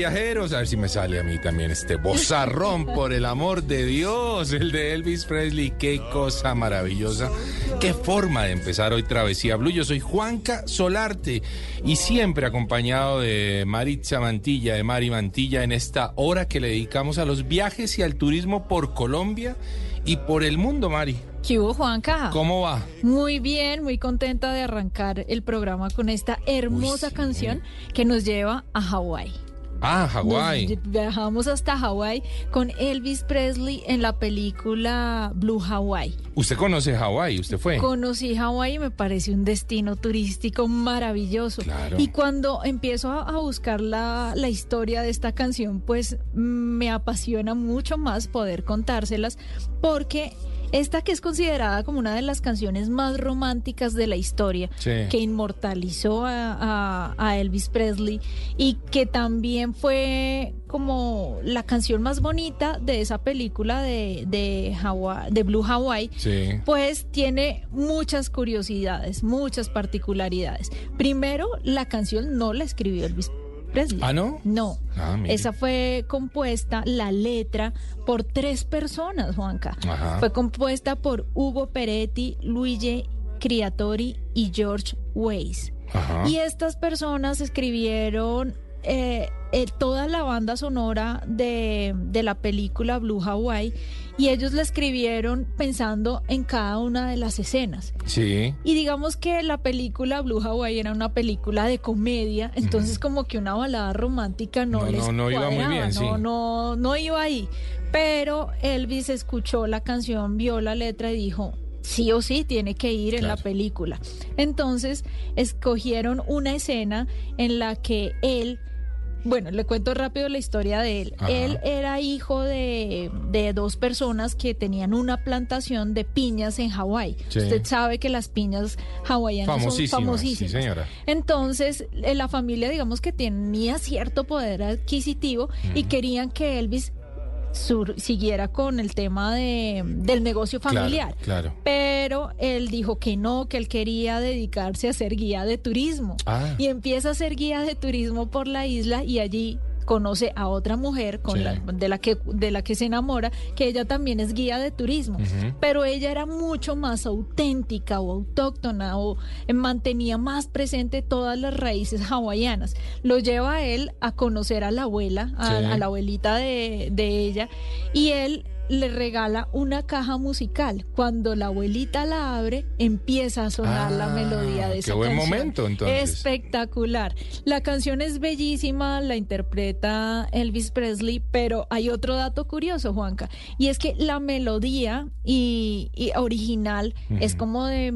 viajeros, a ver si me sale a mí también este bozarrón, por el amor de Dios, el de Elvis Presley. Qué cosa maravillosa, qué forma de empezar hoy Travesía Blue. Yo soy Juanca Solarte y siempre acompañado de Maritza Mantilla, de Mari Mantilla, en esta hora que le dedicamos a los viajes y al turismo por Colombia y por el mundo, Mari. ¿Qué hubo, Juanca? ¿Cómo va? Muy bien, muy contenta de arrancar el programa con esta hermosa canción que nos lleva a Hawái. Ah, Hawái. Viajamos hasta Hawái con Elvis Presley en la película Blue Hawaii. ¿Usted conoce Hawái? ¿Usted fue? Conocí Hawái y me parece un destino turístico maravilloso. Claro. Y cuando empiezo a buscar la historia de esta canción, pues me apasiona mucho más poder contárselas, porque esta, que es considerada como una de las canciones más románticas de la historia, sí, que inmortalizó a Elvis Presley y que también fue como la canción más bonita de esa película de Blue Hawaii, sí, pues tiene muchas curiosidades, muchas particularidades. Primero, la canción no la escribió Elvis Presley. ¿Ah, no? No. Mire. Esa fue compuesta, la letra, por 3 personas, Juanca. Ajá. Fue compuesta por Hugo Peretti, Luigi Criatori y George Weiss. Ajá. Y estas personas escribieron toda la banda sonora de la película Blue Hawaii, y ellos la escribieron pensando en cada una de las escenas. Sí. Y digamos que la película Blue Hawaii era una película de comedia, entonces como que una balada romántica no iba muy bien, sí. No iba ahí. Pero Elvis escuchó la canción, vio la letra y dijo: sí o sí tiene que ir en la película. Entonces escogieron una escena en la que él, bueno, le cuento rápido la historia de él. Ajá. Él era hijo de 2 personas que tenían una plantación de piñas en Hawái. Sí. Usted sabe que las piñas hawaianas son famosísimas. Sí, señora. Entonces, la familia, digamos que tenía cierto poder adquisitivo y querían que Elvis siguiera con el tema del negocio familiar. Claro. Pero él dijo que no, que él quería dedicarse a ser guía de turismo. Ah. Y empieza a ser guía de turismo por la isla, y allí conoce a otra mujer Sí. de la que se enamora, que ella también es guía de turismo. Ujú. Pero ella era mucho más auténtica o autóctona, o mantenía más presente todas las raíces hawaianas. Lo lleva a él a conocer a la abuela, Sí. a la abuelita de ella, y él le regala una caja musical. Cuando la abuelita la abre, empieza a sonar la melodía de esa qué buen canción. momento, entonces. Espectacular. La canción es bellísima, la interpreta Elvis Presley, pero hay otro dato curioso, Juanca, y es que la melodía y original es como de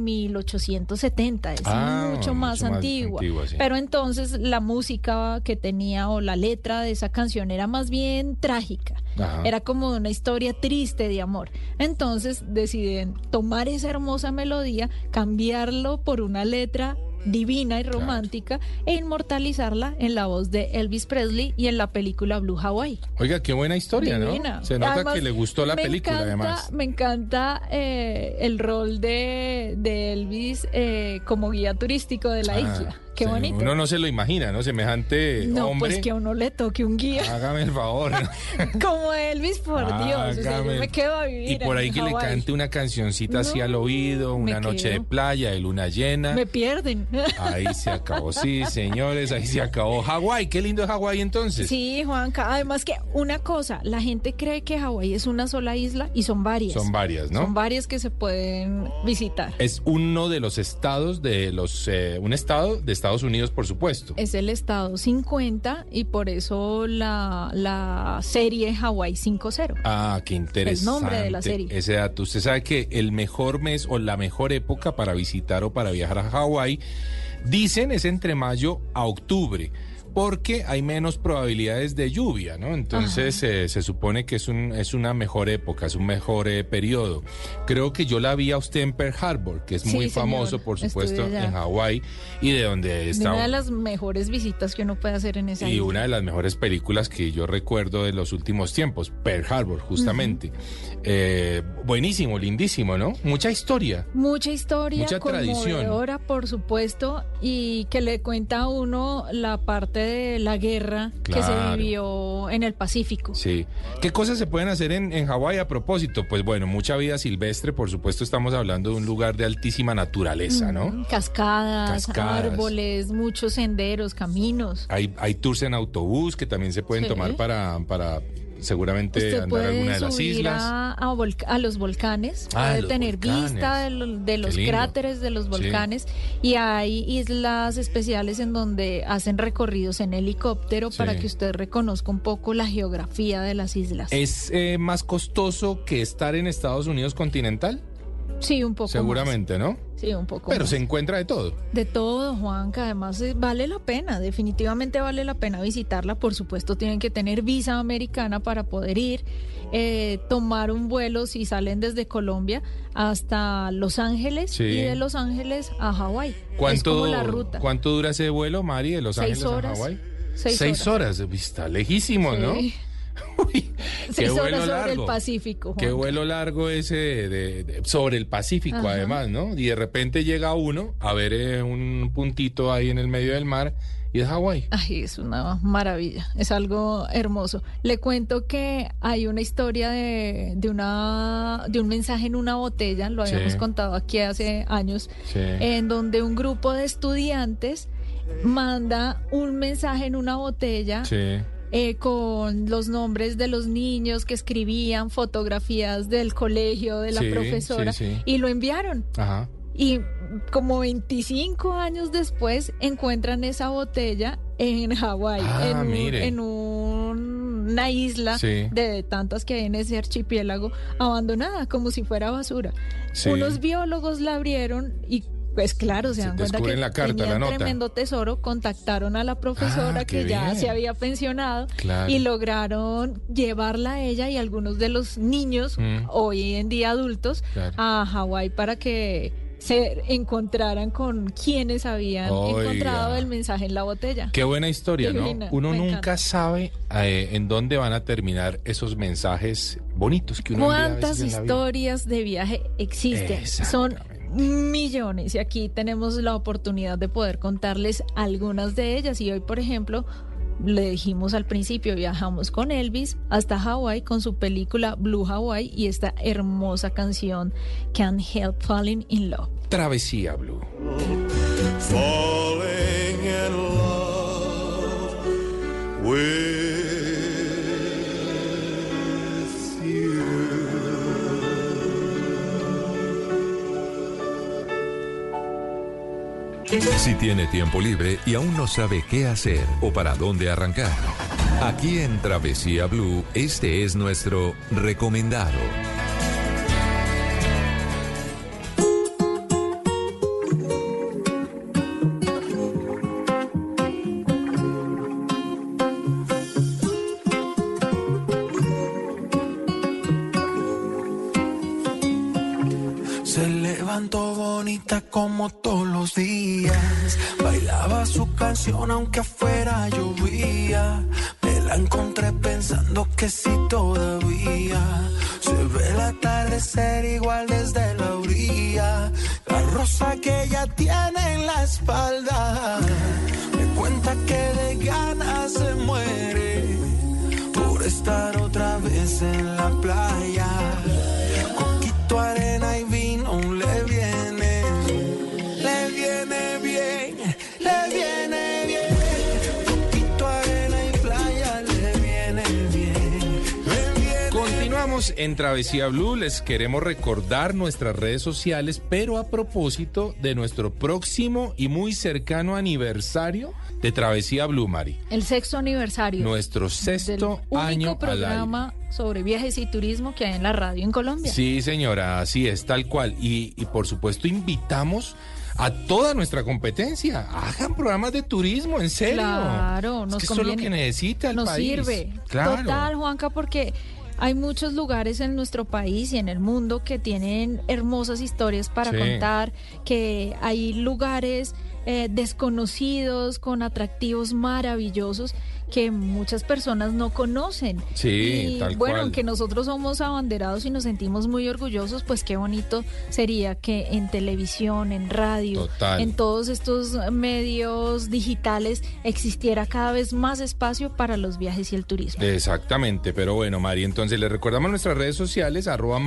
1870, es mucho más antigua. Sí. Pero entonces la música que tenía, o la letra de esa canción, era más bien trágica. Ajá. Era como una historia triste de amor. Entonces deciden tomar esa hermosa melodía, cambiarlo por una letra divina y romántica, e inmortalizarla en la voz de Elvis Presley y en la película Blue Hawaii. Oiga, qué buena historia, Divina. ¿no? Se nota Además, que le gustó la película, además. Me encanta el rol de Elvis como guía turístico de la isla. Qué sí, bonito. Uno no se lo imagina, ¿no? Semejante No, hombre. pues que a uno le toque un guía. Hágame el favor. Como Elvis, por Dios. O sea, yo me quedo a vivir Y por ahí en que le Hawái. cante una cancioncita así al oído, me una noche quedo. de playa, de luna llena. Me pierden. Ahí se acabó. Sí, señores, ahí se acabó. Hawái, qué lindo es Hawái entonces. Sí, Juanca. Además que una cosa, la gente cree que Hawái es una sola isla, y son varias. Son varias, ¿no? Son varias que se pueden visitar. Es uno de los estados de un estado de Estados Unidos, por supuesto. Es el estado 50, y por eso la serie Hawái 5-0. Ah, qué interesante. El nombre de la serie. Ese dato. Usted sabe que el mejor mes o la mejor época para visitar o para viajar a Hawái, dicen, es entre mayo a octubre, porque hay menos probabilidades de lluvia, ¿no? Entonces se supone que es una mejor época, es un mejor periodo. Creo que yo la vi a usted en Pearl Harbor, que es Sí, muy señor. famoso, por supuesto, Estuve allá. en Hawái, y de donde está Una de las mejores visitas que uno puede hacer en esa y isla. una de las mejores películas que yo recuerdo de los últimos tiempos, Pearl Harbor, justamente. Buenísimo, lindísimo, ¿no? Mucha historia. Mucha historia, Mucha tradición. conmovedora, por supuesto, y que le cuenta a uno la parte de la guerra que se vivió en el Pacífico. Sí. ¿Qué cosas se pueden hacer en Hawái a propósito? Pues bueno, mucha vida silvestre, por supuesto estamos hablando de un lugar de altísima naturaleza, ¿no? Cascadas, árboles, muchos senderos, caminos. Hay tours en autobús que también se pueden tomar para seguramente usted andar a alguna de las subir islas. A los volcanes, puede tener vista de los cráteres de los volcanes, y hay islas especiales en donde hacen recorridos en helicóptero para que usted reconozca un poco la geografía de las islas. ¿Es más costoso que estar en Estados Unidos continental? Sí, un poco seguramente, más. ¿no? Sí, un poco Pero más. se encuentra de todo. De todo, Juanca. Además, vale la pena, definitivamente vale la pena visitarla. Por supuesto, tienen que tener visa americana para poder ir, tomar un vuelo si salen desde Colombia hasta Los Ángeles y de Los Ángeles a Hawái. Es como la ruta. ¿Cuánto dura ese vuelo, Mari, de Los Ángeles a Hawái? 6 horas. Está lejísimo, ¿no? Uy, 6 horas sobre el Pacífico, Juanca. Qué vuelo largo ese sobre el Pacífico, además, ¿no? Y de repente llega uno a ver un puntito ahí en el medio del mar y es Hawái. Ay, es una maravilla, es algo hermoso. Le cuento que hay una historia de un mensaje en una botella, lo habíamos contado aquí hace años, en donde un grupo de estudiantes manda un mensaje en una botella. Con los nombres de los niños que escribían, fotografías del colegio, de la profesora, y lo enviaron. Y como 25 años después encuentran esa botella en Hawái, en una isla de tantas que hay en ese archipiélago, abandonada, como si fuera basura. Unos biólogos la abrieron y pues claro, se dan cuenta que tenían tremendo tesoro, contactaron a la profesora que ya se había pensionado y lograron llevarla a ella y algunos de los niños, hoy en día adultos, a Hawái para que se encontraran con quienes habían encontrado el mensaje en la botella. Qué buena historia, divina, ¿no? Uno nunca sabe en dónde van a terminar esos mensajes bonitos que uno envía a veces ¿Cuántas en la vida? historias de viaje existen? Son millones y aquí tenemos la oportunidad de poder contarles algunas de ellas. Y hoy, por ejemplo, le dijimos al principio, viajamos con Elvis hasta Hawái con su película Blue Hawaii y esta hermosa canción Can't Help Falling in Love. Travesía Blue. Falling in love with you. Si tiene tiempo libre y aún no sabe qué hacer o para dónde arrancar, aquí en Travesía Blue, este es nuestro recomendado. Se levantó bonita como todos los días, bailaba su canción aunque afuera llovía. Me la encontré pensando que si todavía se ve el atardecer igual desde la orilla. La rosa que ella tiene en la espalda me cuenta que de ganas se muere por estar otra vez en la playa. Coquito, arena y vino le viene bien, le viene bien. Coquito, arena y playa le viene bien, le viene. Continuamos en Travesía Blue, les queremos recordar nuestras redes sociales, pero a propósito de nuestro próximo y muy cercano aniversario de Travesía Blue, Mari. El 6º aniversario. Nuestro 6º año único programa sobre viajes y turismo que hay en la radio en Colombia. Sí, señora, así es, tal cual. Y por supuesto invitamos a toda nuestra competencia. Hagan programas de turismo, en serio. Claro, nos eso es lo que necesita el nos país. Nos sirve. Claro. Total, Juanca, porque hay muchos lugares en nuestro país y en el mundo que tienen hermosas historias para contar, que hay lugares desconocidos con atractivos maravillosos que muchas personas no conocen. Sí, y tal bueno, cual. aunque nosotros somos abanderados y nos sentimos muy orgullosos, pues qué bonito sería que en televisión, en radio, Total. en todos estos medios digitales existiera cada vez más espacio para los viajes y el turismo. Exactamente, pero bueno, Mari, entonces les recordamos nuestras redes sociales,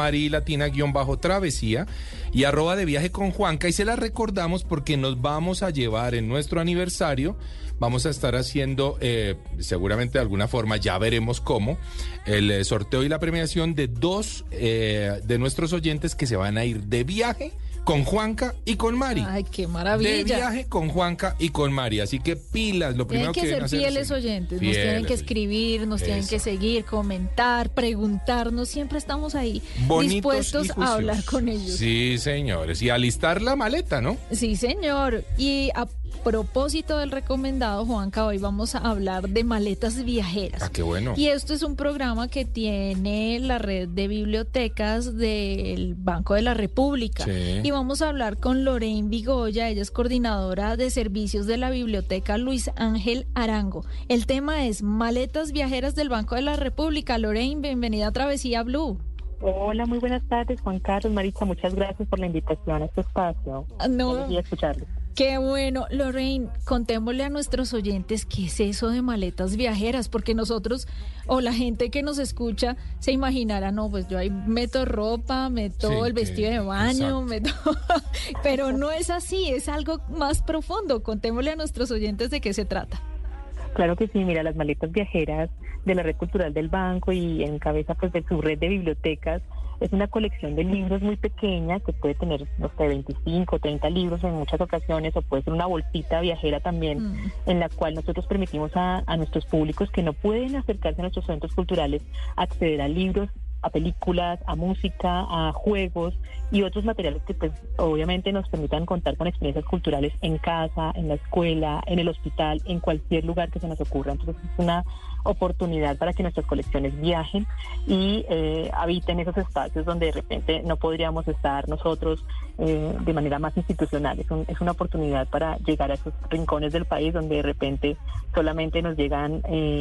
@marilatina_travesía y @de viaje con Juanca, y se las recordamos porque nos vamos a llevar en nuestro aniversario. Vamos a estar haciendo, seguramente de alguna forma, ya veremos cómo, el sorteo y la premiación de 2 de nuestros oyentes que se van a ir de viaje con Juanca y con Mari. Ay, qué maravilla. De viaje con Juanca y con Mari. Así que pilas, lo primero Tienen que deben ser hacer fieles oyentes, nos tienen fieles que escribir, nos tienen que seguir, comentar, preguntarnos, siempre estamos ahí bonitos dispuestos y a juiciosos. hablar con ellos. Sí, señores. Y alistar la maleta, ¿no? Sí, señor. Y a propósito del recomendado, Juanca, hoy vamos a hablar de maletas viajeras. Ah, qué bueno. Y esto es un programa que tiene la red de bibliotecas del Banco de la República. Sí. Y vamos a hablar con Lorraine Vigoya, ella es coordinadora de servicios de la Biblioteca Luis Ángel Arango. El tema es maletas viajeras del Banco de la República. Lorraine, bienvenida a Travesía Blue. Hola, muy buenas tardes, Juan Carlos, Maritza, muchas gracias por la invitación a este espacio. No. Y escucharles. Qué bueno, Lorraine, contémosle a nuestros oyentes qué es eso de maletas viajeras, porque nosotros o la gente que nos escucha se imaginará, no, pues yo ahí meto ropa, meto Sí, el vestido de baño, meto... pero no es así, es algo más profundo. Contémosle a nuestros oyentes de qué se trata. Claro que sí, mira, las maletas viajeras de la Red Cultural del Banco y en cabeza pues de su red de bibliotecas, es una colección de libros muy pequeña que puede tener, no sé, 25, 30 libros en muchas ocasiones, o puede ser una bolsita viajera también, en la cual nosotros permitimos a nuestros públicos que no pueden acercarse a nuestros centros culturales acceder a libros, a películas, a música, a juegos y otros materiales que pues obviamente nos permitan contar con experiencias culturales en casa, en la escuela, en el hospital, en cualquier lugar que se nos ocurra. Entonces es una oportunidad para que nuestras colecciones viajen y habiten esos espacios donde de repente no podríamos estar nosotros de manera más institucional. Es una oportunidad para llegar a esos rincones del país donde de repente solamente nos llegan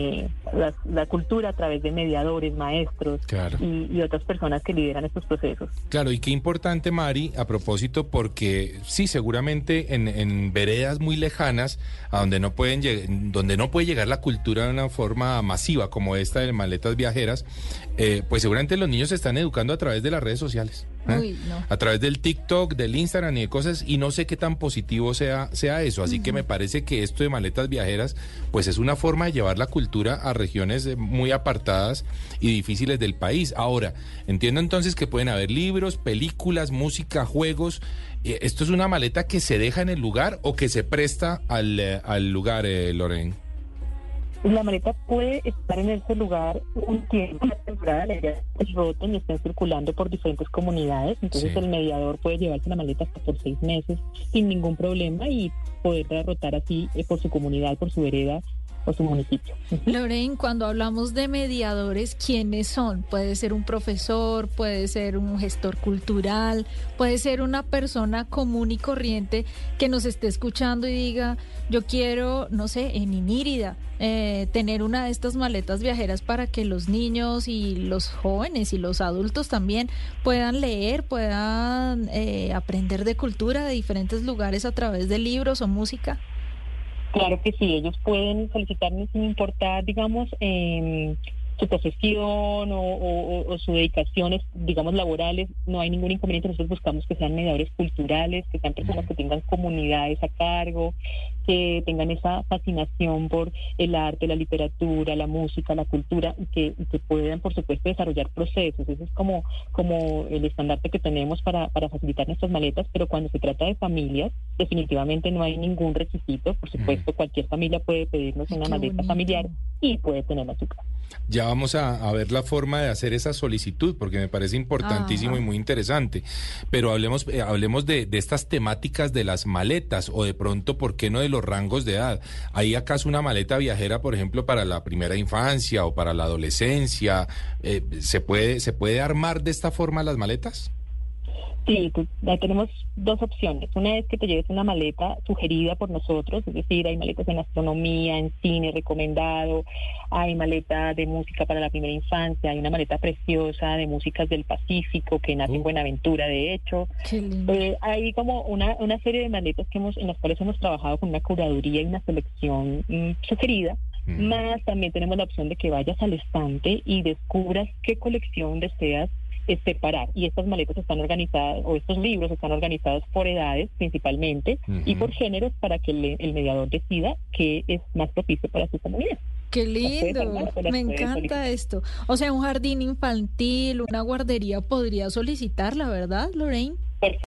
la cultura a través de mediadores, maestros. Claro. Y otras personas que lideran estos procesos. Claro, y qué importante, Mari, a propósito, porque sí, seguramente en veredas muy lejanas, a donde no puede llegar la cultura de una forma masiva como esta de maletas viajeras, pues seguramente los niños se están educando a través de las redes sociales. Uy, no. A través del TikTok, del Instagram y de cosas, y no sé qué tan positivo sea eso, así que me parece que esto de maletas viajeras pues es una forma de llevar la cultura a regiones muy apartadas y difíciles del país. Ahora, entiendo entonces que pueden haber libros, películas, música, juegos. ¿Esto es una maleta que se deja en el lugar o que se presta al lugar, Lorraine? La maleta puede estar en ese lugar un tiempo, una temporada, la idea es que roten y estén circulando por diferentes comunidades, entonces el mediador puede llevarse la maleta hasta por 6 meses sin ningún problema y poder rotar así por su comunidad, por su vereda o su municipio. Lorraine, cuando hablamos de mediadores, ¿quiénes son? Puede ser un profesor, puede ser un gestor cultural, puede ser una persona común y corriente que nos esté escuchando y diga, yo quiero, no sé, en Inírida, tener una de estas maletas viajeras para que los niños y los jóvenes y los adultos también puedan leer, puedan aprender de cultura de diferentes lugares a través de libros o música. Claro que sí, ellos pueden solicitarnos sin importar, digamos, su profesión o su dedicaciones, digamos, laborales. No hay ningún inconveniente. Nosotros buscamos que sean mediadores culturales, que sean personas que tengan comunidades a cargo, que tengan esa fascinación por el arte, la literatura, la música, la cultura, y que puedan, por supuesto, desarrollar procesos. Ese es como el estandarte que tenemos para facilitar nuestras maletas, pero cuando se trata de familias, definitivamente no hay ningún requisito. Por supuesto, cualquier familia puede pedirnos una maleta familiar y puede tenerla en su casa. Ya vamos a ver la forma de hacer esa solicitud, porque me parece importantísimo y muy interesante. Pero hablemos de estas temáticas de las maletas, o de pronto, ¿por qué no de los rangos de edad? ¿Hay acaso una maleta viajera, por ejemplo, para la primera infancia o para la adolescencia? ¿Se puede armar de esta forma las maletas? Sí, pues, tenemos dos opciones. Una es que te lleves una maleta sugerida por nosotros, es decir, hay maletas en astronomía, en cine recomendado, hay maleta de música para la primera infancia, hay una maleta preciosa de músicas del Pacífico que nace en Buenaventura, de hecho. Hay como una serie de maletas en las cuales hemos trabajado con una curaduría y una selección sugerida. Más también tenemos la opción de que vayas al estante y descubras qué colección deseas separar, y estas maletas están organizadas, o estos libros están organizados por edades principalmente y por géneros, para que el mediador decida qué es más propicio para su comunidad. ¡Qué lindo! Me encanta esto. O sea, un jardín infantil, una guardería podría solicitarla, ¿verdad, Lorraine?